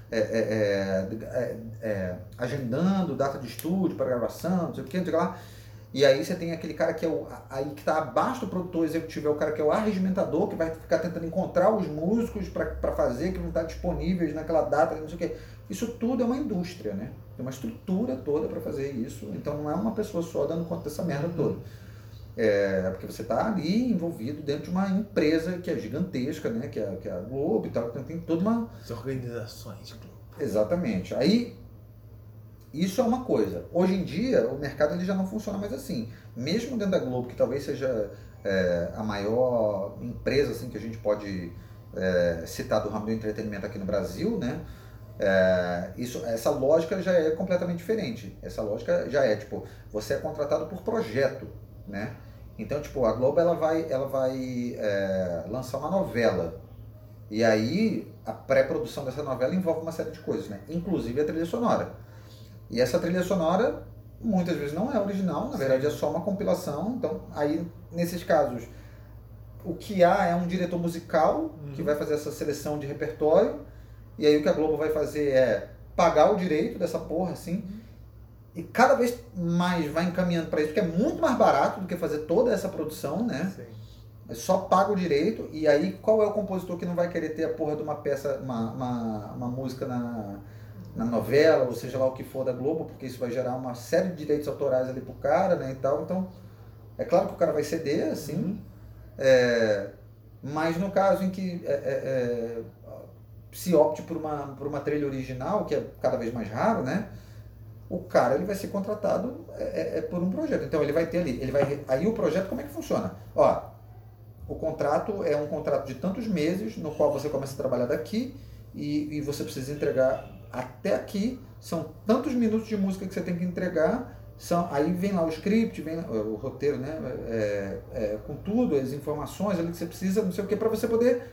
agendando data de estúdio para gravação, não sei o que, não sei o que lá. E aí você tem aquele cara que é aí que está abaixo do produtor executivo, é o cara que é o arregimentador, que vai ficar tentando encontrar os músicos para fazer, que não está disponíveis naquela data, não sei o que. Isso tudo é uma indústria, né? Tem uma estrutura toda para fazer isso, então não é uma pessoa só dando conta dessa merda toda. Porque você está ali envolvido dentro de uma empresa que é gigantesca, né? Que é a Globo e tal, tem toda uma... As organizações, Globo. Exatamente. Aí, isso é uma coisa. Hoje em dia, o mercado ele já não funciona mais assim. Mesmo dentro da Globo, que talvez seja a maior empresa assim, que a gente pode citar do ramo do entretenimento aqui no Brasil, né? Essa lógica já é completamente diferente. Essa lógica já é, tipo, você é contratado por projeto, né? Então, tipo, a Globo ela vai lançar uma novela. E aí, a pré-produção dessa novela envolve uma série de coisas, né? Inclusive a trilha sonora. E essa trilha sonora, muitas vezes não é original, na verdade é só uma compilação. Então, aí, nesses casos, o que há é um diretor musical que vai fazer essa seleção de repertório. E aí o que a Globo vai fazer é pagar o direito dessa porra, assim, e cada vez mais vai encaminhando para isso, porque é muito mais barato do que fazer toda essa produção, né? Sim. É só paga o direito, e aí qual é o compositor que não vai querer ter a porra de uma peça, uma música na novela, ou seja lá o que for da Globo, porque isso vai gerar uma série de direitos autorais ali pro cara, né, e tal. Então, é claro que o cara vai ceder, assim, mas no caso em que se opte por uma trilha original, que é cada vez mais raro, né? O cara ele vai ser contratado por um projeto. Então ele vai ter ali, aí o projeto como é que funciona? Ó, o contrato é um contrato de tantos meses, no qual você começa a trabalhar daqui e você precisa entregar até aqui, são tantos minutos de música que você tem que entregar, aí vem lá o script, vem o roteiro, né? Com tudo, as informações ali que você precisa, não sei o que, para você poder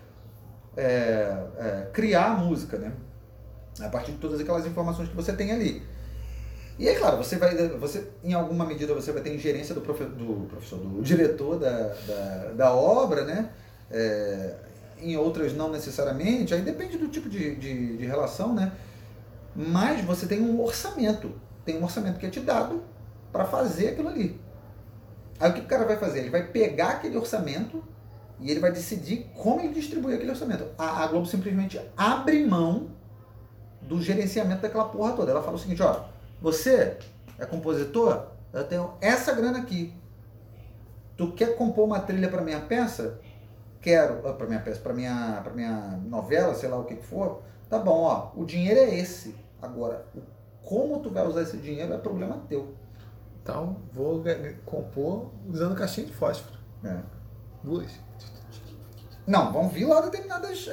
criar a música, né? A partir de todas aquelas informações que você tem ali. E aí, claro, você em alguma medida você vai ter ingerência do diretor da obra, né? Em outras não necessariamente, aí depende do tipo de relação, né? Mas você tem um orçamento que é te dado para fazer aquilo ali. Aí o que o cara vai fazer? Ele vai pegar aquele orçamento e ele vai decidir como ele distribui aquele orçamento. A Globo simplesmente abre mão do gerenciamento daquela porra toda. Ela fala o seguinte, ó, você é compositor? Eu tenho essa grana aqui. Tu quer compor uma trilha para minha peça? Quero. Para minha peça, para minha novela, sei lá o que for. Tá bom, ó, o dinheiro é esse. Agora, como tu vai usar esse dinheiro é problema teu. Então, vou compor usando caixinha de fósforo. Luz. Não, vão vir lá determinadas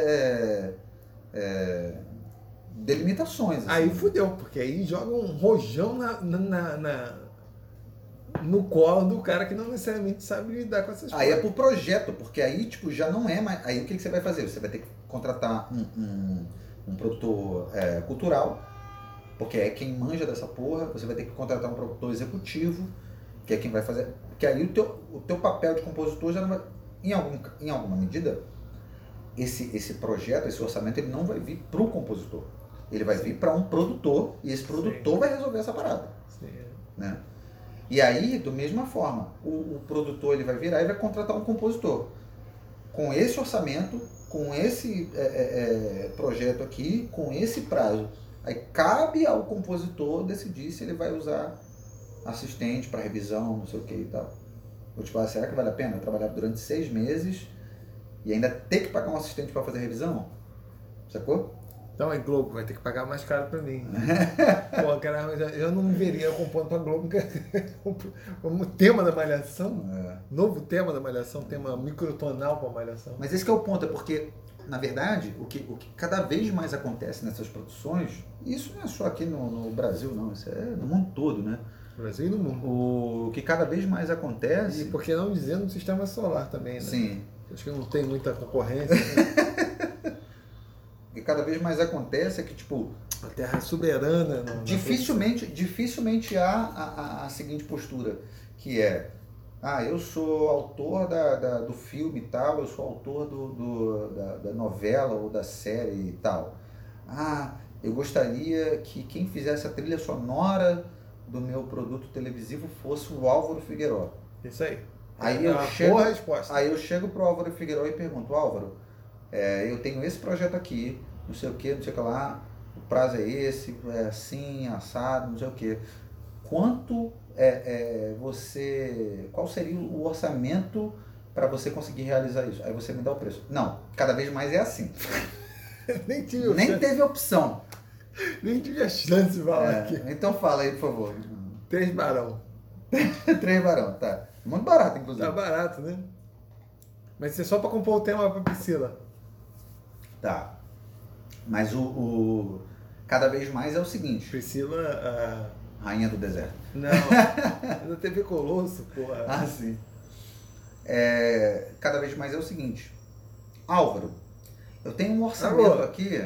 delimitações. Assim. Aí fudeu, porque aí joga um rojão no colo do cara que não necessariamente sabe lidar com essas coisas. Aí é por projeto, porque aí tipo, já não é mais... Aí o que você vai fazer? Você vai ter que contratar um produtor cultural, porque é quem manja dessa porra. Você vai ter que contratar um produtor executivo, que é quem vai fazer... Porque aí o teu papel de compositor já não vai... Em alguma medida, esse projeto, esse orçamento, ele não vai vir para o compositor. Ele vai vir para um produtor, e esse produtor vai resolver essa parada. Né? E aí, da mesma forma, o produtor ele vai virar e vai contratar um compositor. Com esse orçamento, com esse projeto aqui, com esse prazo. Aí cabe ao compositor decidir se ele vai usar assistente para revisão, não sei o que e tal. Vou te falar, será que vale a pena eu trabalhar durante 6 meses e ainda ter que pagar um assistente para fazer revisão? Sacou? Então a Globo vai ter que pagar mais caro para mim. Pô, caramba, eu não me veria compondo para a Globo como tema da Malhação. Novo tema da Malhação, tema microtonal para a Malhação. Mas esse que é o ponto, é porque, na verdade, o que cada vez mais acontece nessas produções, e isso não é só aqui no Brasil, não, isso é no mundo todo, né? No Brasil e no mundo. O que cada vez mais acontece... E por que não dizer no sistema solar também, né? Sim. Acho que não tem muita concorrência. Né? O que cada vez mais acontece é que, tipo... A Terra é soberana. Dificilmente há a seguinte postura, que é... eu sou autor do filme e tal, eu sou autor da novela ou da série e tal. Eu gostaria que quem fizesse a trilha sonora do meu produto televisivo fosse o Álvaro Figueiró. Isso aí. Aí eu chego pro Álvaro Figueiró e pergunto, Álvaro, eu tenho esse projeto aqui, não sei o que lá, o prazo é esse, é assim, assado, não sei o que. Quanto qual seria o orçamento para você conseguir realizar isso? Aí você me dá o preço. Não, cada vez mais é assim. Nem teve opção. Nem tive a chance de falar aqui. Então fala aí, por favor. 3 barão. 3 barão, tá. Muito barato, inclusive. Tá barato, né? Mas isso é só para compor o tema para Priscila. Tá. Mas cada vez mais é o seguinte. Priscila... Rainha do deserto. Não, na TV Colosso, porra. Sim. Cada vez mais é o seguinte. Álvaro, eu tenho um orçamento aqui.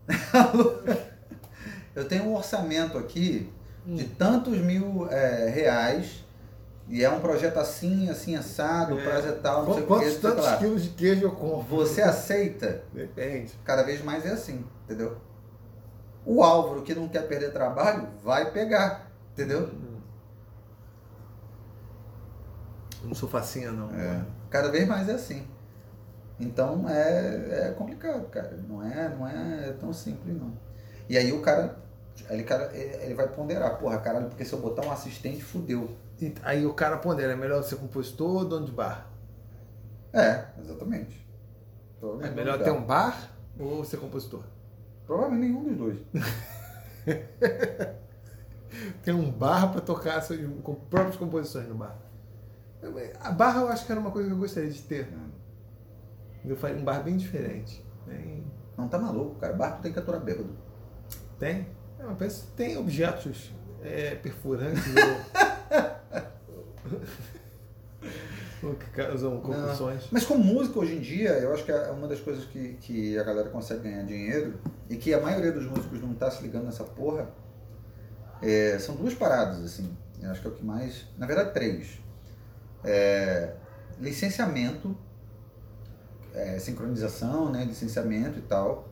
Eu tenho um orçamento aqui de tantos mil reais. E é um projeto assim, assado, prazo e tal, não sei o que. Quantos tantos quilos de queijo eu compro? Você aceita? Depende. Cada vez mais é assim, entendeu? O Álvaro, que não quer perder trabalho, vai pegar, entendeu? Eu não sou facinha, não. Cada vez mais é assim. Então é complicado, cara. Não é tão simples, não. E aí o cara, ele vai ponderar. Porra, caralho, porque se eu botar um assistente, fudeu. Aí o cara pondera, é melhor ser compositor ou dono de bar? Exatamente. É melhor ter um bar ou ser compositor? Provavelmente nenhum dos dois. Ter um bar para tocar suas próprias composições no bar. A barra eu acho que era uma coisa que eu gostaria de ter. Eu faria um bar bem diferente. Não tá maluco, cara. Bar tu tem que aturar bêbado. Tem? Mas tem objetos perfurantes ou que causam concussões. Mas com música hoje em dia, eu acho que é uma das coisas que a galera consegue ganhar dinheiro e que a maioria dos músicos não tá se ligando nessa porra. São 2 paradas, assim. Eu acho que é o que mais... Na verdade, 3. Licenciamento, sincronização, né? Licenciamento e tal.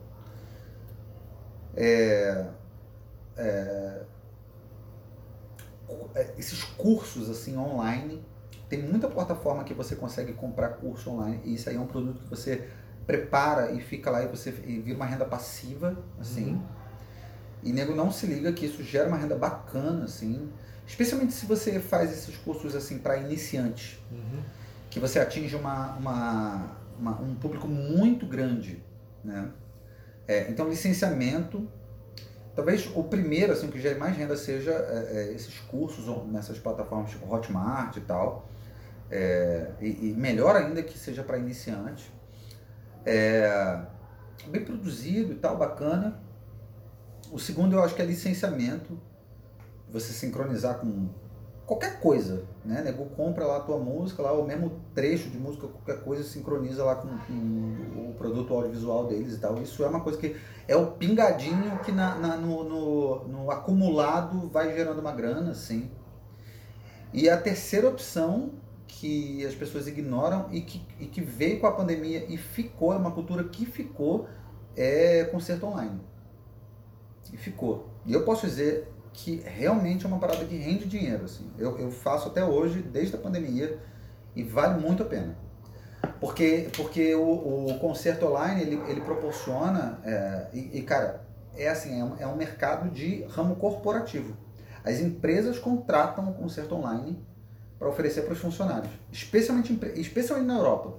Esses cursos assim online, tem muita plataforma que você consegue comprar curso online e isso aí é um produto que você prepara e fica lá e vira uma renda passiva, assim. E nego não se liga que isso gera uma renda bacana, assim, especialmente se você faz esses cursos assim para iniciantes, que você atinge um público muito grande, né? Então licenciamento. Talvez o primeiro, assim, que gere mais renda seja esses cursos nessas plataformas tipo Hotmart e tal. E melhor ainda que seja para iniciante. Bem produzido e tal, bacana. O segundo eu acho que é licenciamento. Você sincronizar com qualquer coisa, né? Nego compra lá a tua música, lá o mesmo trecho de música, qualquer coisa, sincroniza lá com o produto audiovisual deles e tal. Isso é uma coisa que é o pingadinho que no acumulado vai gerando uma grana, assim. E a terceira opção que as pessoas ignoram e que veio com a pandemia e ficou, é uma cultura que ficou, é concerto online. E ficou. E eu posso dizer que realmente é uma parada que rende dinheiro, assim. Eu faço até hoje, desde a pandemia, e vale muito a pena. Porque o concerto online, ele proporciona, cara, assim, é um mercado de ramo corporativo. As empresas contratam o concerto online para oferecer para os funcionários, especialmente na Europa.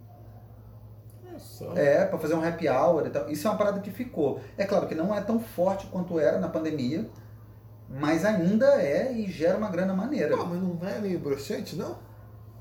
Para fazer um happy hour e tal. Isso é uma parada que ficou. É claro que não é tão forte quanto era na pandemia, mas ainda e gera uma grana maneira. Mas não é meio broxante, não?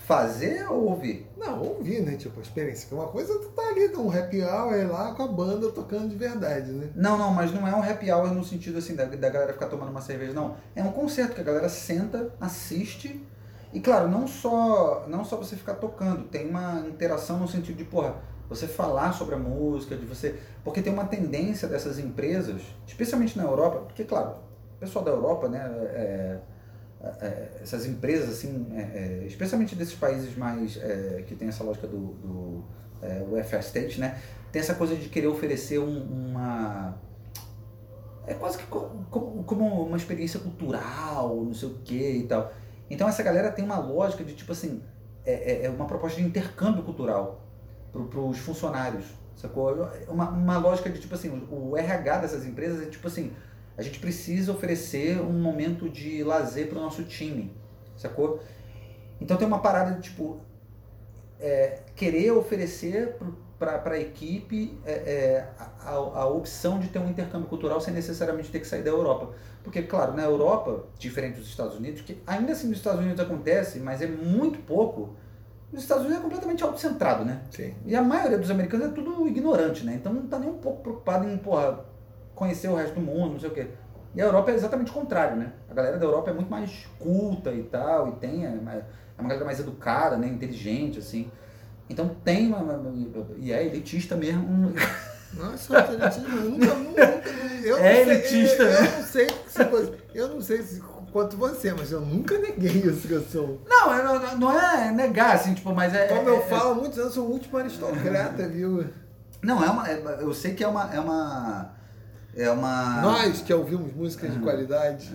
fazer ou ouvir? Não, ouvir, né? Tipo, a experiência. Uma coisa tu tá ali, um happy hour lá com a banda tocando de verdade, né? Não, mas não é um happy hour no sentido assim da galera ficar tomando uma cerveja, não. É um concerto que a galera senta, assiste e, claro, não só você ficar tocando, tem uma interação no sentido de, porra, você falar sobre a música, de você... Porque tem uma tendência dessas empresas, especialmente na Europa, porque, claro, o pessoal da Europa, né, essas empresas, assim, especialmente desses países mais que tem essa lógica do welfare state, né, tem essa coisa de querer oferecer uma... É quase que como uma experiência cultural, não sei o que e tal. Então essa galera tem uma lógica de, tipo assim, uma proposta de intercâmbio cultural para os funcionários, sacou? Uma lógica de, tipo assim, o RH dessas empresas é tipo assim, a gente precisa oferecer um momento de lazer para o nosso time, sacou? Então tem uma parada de, tipo, querer oferecer para a equipe a opção de ter um intercâmbio cultural sem necessariamente ter que sair da Europa. Porque, claro, na Europa, diferente dos Estados Unidos, que ainda assim nos Estados Unidos acontece, mas é muito pouco, os Estados Unidos é completamente autocentrado, né? Sim. E a maioria dos americanos é tudo ignorante, né? Então não tá nem um pouco preocupado em, porra, conhecer o resto do mundo, não sei o quê. E a Europa é exatamente o contrário, né? A galera da Europa é muito mais culta e tal, e tem uma galera mais educada, né? Inteligente, assim. Então tem e é elitista mesmo. Nossa, elitismo, eu nunca elitista, né? Eu não sei quanto você, mas eu nunca neguei isso que eu sou. Não é negar, assim, tipo, mas Como eu falo há muitos anos, eu sou o último aristocrata, viu? Não, eu sei que é uma... Nós que ouvimos músicas de qualidade.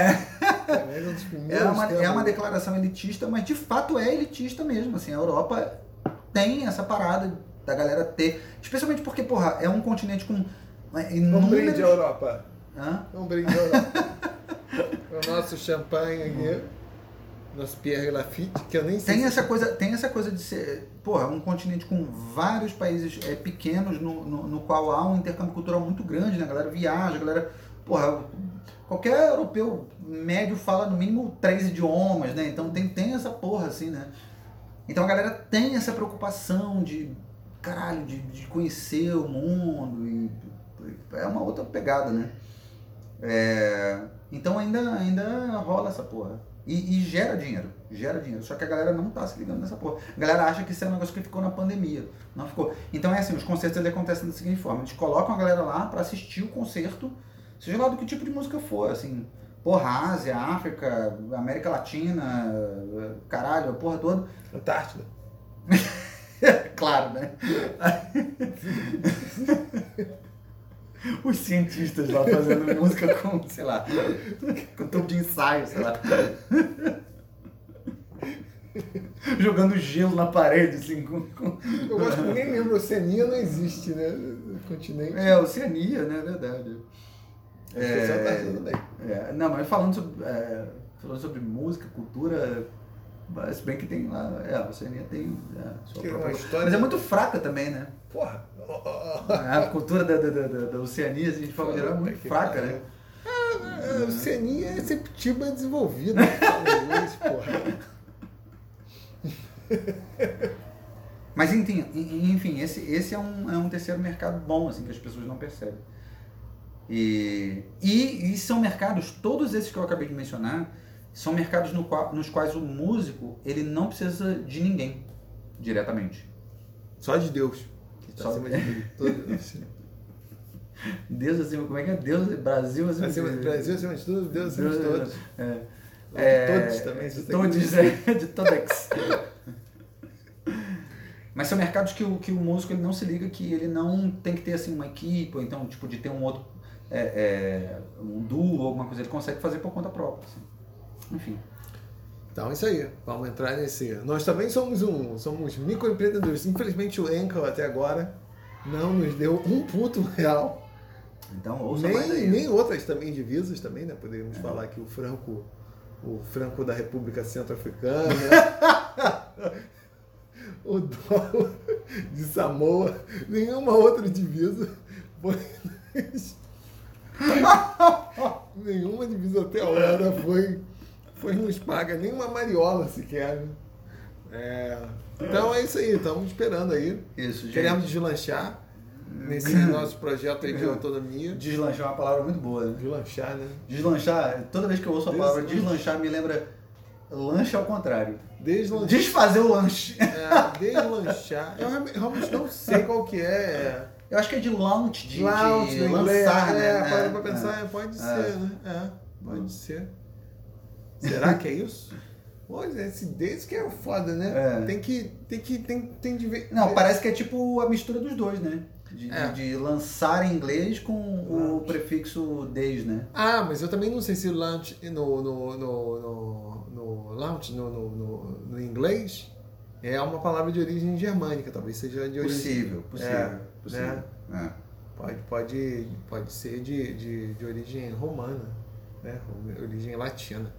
É uma declaração elitista, mas de fato é elitista mesmo, assim, a Europa tem essa parada da galera ter, especialmente porque, porra, é um continente com Um brinde à Europa. Hã? Um brinde à Europa. O nosso champanhe aqui, nosso Pierre Lafitte, que eu nem sei. Tem essa coisa de ser, porra, um continente com vários países pequenos no qual há um intercâmbio cultural muito grande, né? A galera viaja, a galera, porra, qualquer europeu médio fala no mínimo 3 idiomas, né? Então tem essa porra assim, né? Então a galera tem essa preocupação de, caralho, de conhecer o mundo e é uma outra pegada, né? Então ainda rola essa porra. E gera dinheiro. Só que a galera não tá se ligando nessa porra. A galera acha que isso é um negócio que ficou na pandemia. Não ficou. Então é assim, os concertos eles acontecem da seguinte forma. Eles colocam a galera lá pra assistir o concerto, seja lá do que tipo de música for, assim. Porra, Ásia, África, América Latina, caralho, a porra toda. Antártida. Claro, né? Os cientistas lá fazendo música com, sei lá, com tubo de ensaio, sei lá. Jogando gelo na parede, assim. Eu gosto que ninguém lembra, Oceania não existe, né? Continente. Oceania, né? Verdade. Não, mas falando sobre música, cultura, se bem que tem lá, a Oceania tem sua própria história. Mas é muito fraca também, né? Porra! A cultura da Oceania, assim, de forma geral, é muito fraca, né? A Oceania é Septiba desenvolvida. Porra. Mas enfim, esse é um terceiro mercado bom, assim, que as pessoas não percebem. E são mercados, todos esses que eu acabei de mencionar, são mercados nos quais o músico ele não precisa de ninguém diretamente. Só de Deus. Que está acima de tudo. Deus acima, como é que é? Deus, Brasil acima de tudo. Brasil acima de tudo, Deus acima de todos. Todos também. Todos, de todex. Mas são mercados que o músico ele não se liga que ele não tem que ter assim, uma equipe, ou então tipo, de ter um outro, um duo, alguma coisa, ele consegue fazer por conta própria. Assim. Enfim. Então é isso aí, vamos entrar nesse. Nós também somos microempreendedores. Infelizmente o Anchor até agora não nos deu um puto real. Então ouça mais aí. Nem outras também divisas também, né? Poderíamos falar que o franco da República Centro-Africana, o dólar de Samoa, nenhuma outra divisa foi. Nenhuma divisa até agora foi nos paga, nem uma mariola sequer. Então é isso aí, estamos esperando aí. Isso, gente. Queremos deslanchar nesse nosso projeto aí de autonomia. Deslanchar é uma palavra muito boa, né? Deslanchar, né? Deslanchar, toda vez que eu ouço a palavra deslanchar, me lembra lanche ao contrário. Desfazer o lanche. Deslanchar. Eu realmente não sei qual que é. Eu acho que é de launch, de lançar, né? Para pra pensar, pode ser, né? Pode ser. Será que é isso? Pois é, esse desde que é foda, né? Tem de ver. Não, parece que é tipo a mistura dos dois, né? De lançar em inglês com o prefixo des, né? Mas eu também não sei se o launch no inglês é uma palavra de origem germânica, talvez seja de origem... Possível. Né? Pode ser de origem romana, né? Origem latina.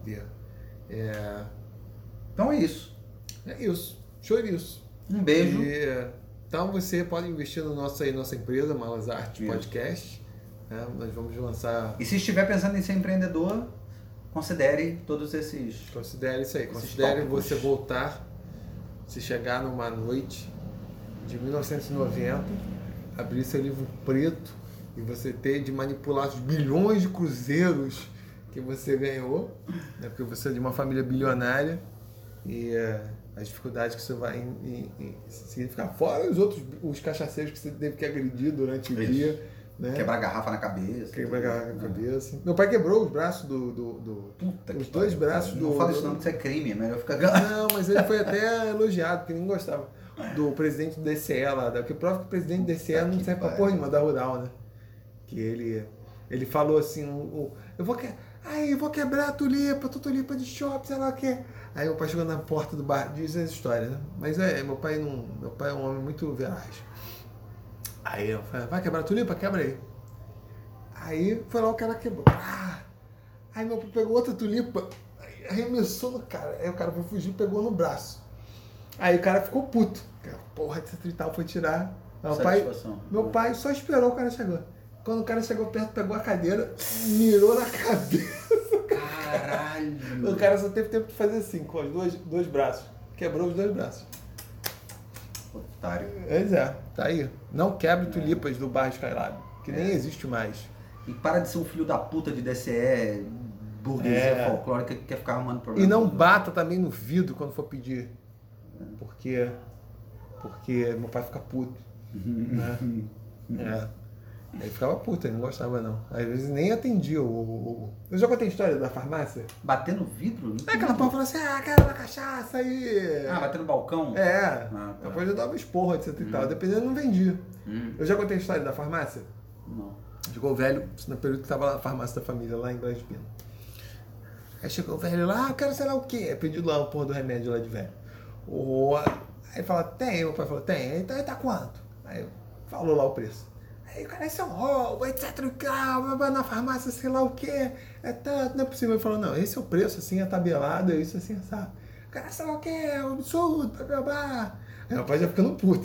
Então é isso. É isso. Chouriço. Um beijo. Então você pode investir no nossa empresa, Malas Arte Podcast. Né? Nós vamos lançar... E se estiver pensando em ser empreendedor, considere todos esses... Considere isso aí. Considere você voltar, se chegar numa noite de 1990, abrir seu livro preto e você ter de manipular os bilhões de cruzeiros que você ganhou, né? Porque você é de uma família bilionária e as dificuldades que isso vai significar, fora os cachaceiros que você teve que agredir durante o dia, né? Quebrar garrafa na cabeça. Meu pai quebrou os braços os dois braços do... Não fala isso não, que isso é crime, é melhor ficar... Não, mas ele foi até elogiado, porque ninguém gostava do presidente do DCE lá, porque prova que o presidente do DCE não serve pra porra nenhuma, da Rural, né? Que ele falou assim, eu vou quebrar a tulipa de shopping, sei lá o que. Aí meu pai chegou na porta do bar, diz essa história, né? Mas meu pai é um homem muito veraz. Aí eu falei, vai quebrar a tulipa? Quebra aí. Aí foi lá, o cara quebrou. Aí meu pai pegou outra tulipa, arremessou no cara. Aí o cara foi fugir e pegou no braço. Aí o cara ficou puto. Porra, etc e tal, foi tirar. Meu pai só esperou o cara chegar. Quando o cara chegou perto, pegou a cadeira, mirou na cabeça. Caralho! O cara só teve tempo de fazer assim, com os dois braços. Quebrou os dois braços. Otário. Pois é, tá aí. Não quebre tulipas do bairro Skylab, que nem existe mais. E para de ser um filho da puta de DCE, burguesia folclórica que quer ficar arrumando problema. E não bata também no vidro quando for pedir. Porque meu pai fica puto. Né? Ele ficava puto, ele não gostava não. Às vezes nem atendia Eu já contei a história da farmácia. Bater no vidro? Aquela porra falou assim, quero uma cachaça aí. Bater no balcão? Tá. Depois eu dava esporro, etc e tal. Dependendo, não vendia. Eu já contei a história da farmácia? Não. Chegou o velho, no período que tava lá na farmácia da família, lá em Brás Pino. Aí chegou o velho lá, eu quero sei lá o quê. Pediu lá o porra do remédio lá de velho. Aí fala, tem. Meu pai falou, tem. Então tá quanto? Aí falou lá o preço. Aí o cara, isso é um roubo, etc. Vai na farmácia, sei lá o quê. É tanto, não é possível. Ele falou, não, esse é o preço, assim, é tabelado, é isso assim, sabe? O cara, sei lá o quê, é um absurdo, blá, blá. Aí o pai já ficando puto.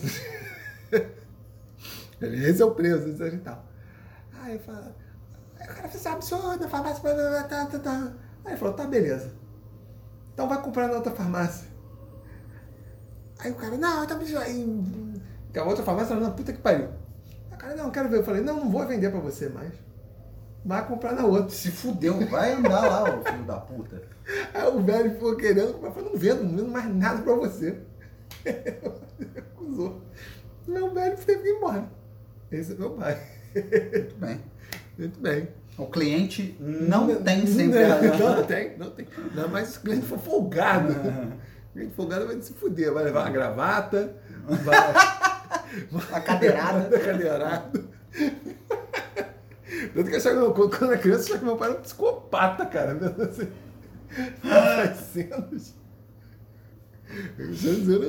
Esse é o preço, etc e tal. Aí fala, o cara fez um absurdo, na farmácia, tá. Aí ele falou, tá, beleza. Então vai comprar na outra farmácia. Aí o cara, não, tá aí. A outra farmácia era na puta que pariu. O cara, não, quero ver. Eu falei, não vou vender pra você mais. Vai comprar na outra. Se fudeu, vai andar lá, ô filho da puta. Aí o velho ficou querendo, eu falei, não vendo mais nada pra você. Acusou. Meu velho teve que ir embora. Esse é meu pai. Muito bem. Muito bem. O cliente não tem sempre razão. Não tem. Não, mas se o cliente for folgado. O cliente folgado vai se fuder. Vai levar uma gravata, a cadeirada. Tanto que eu achava, quando era criança, eu achava que meu pai era um psicopata, cara. Assim, as cenas. Era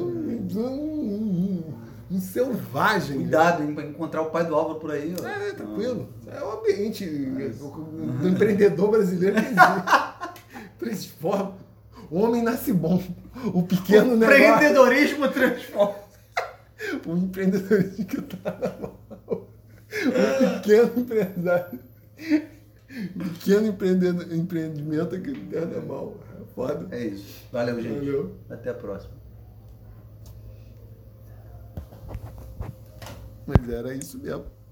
um selvagem. Cuidado, hein, pra encontrar o pai do Álvaro por aí. Ó. Tranquilo. É o ambiente do empreendedor brasileiro que existe. Transforma. O homem nasce bom. O pequeno negócio. Empreendedorismo transforma. O empreendedorismo que tá na mão. O pequeno empresário. O pequeno empreendimento que tá na mão. É foda. É isso. Valeu, gente. Valeu. Até a próxima. Mas era isso mesmo.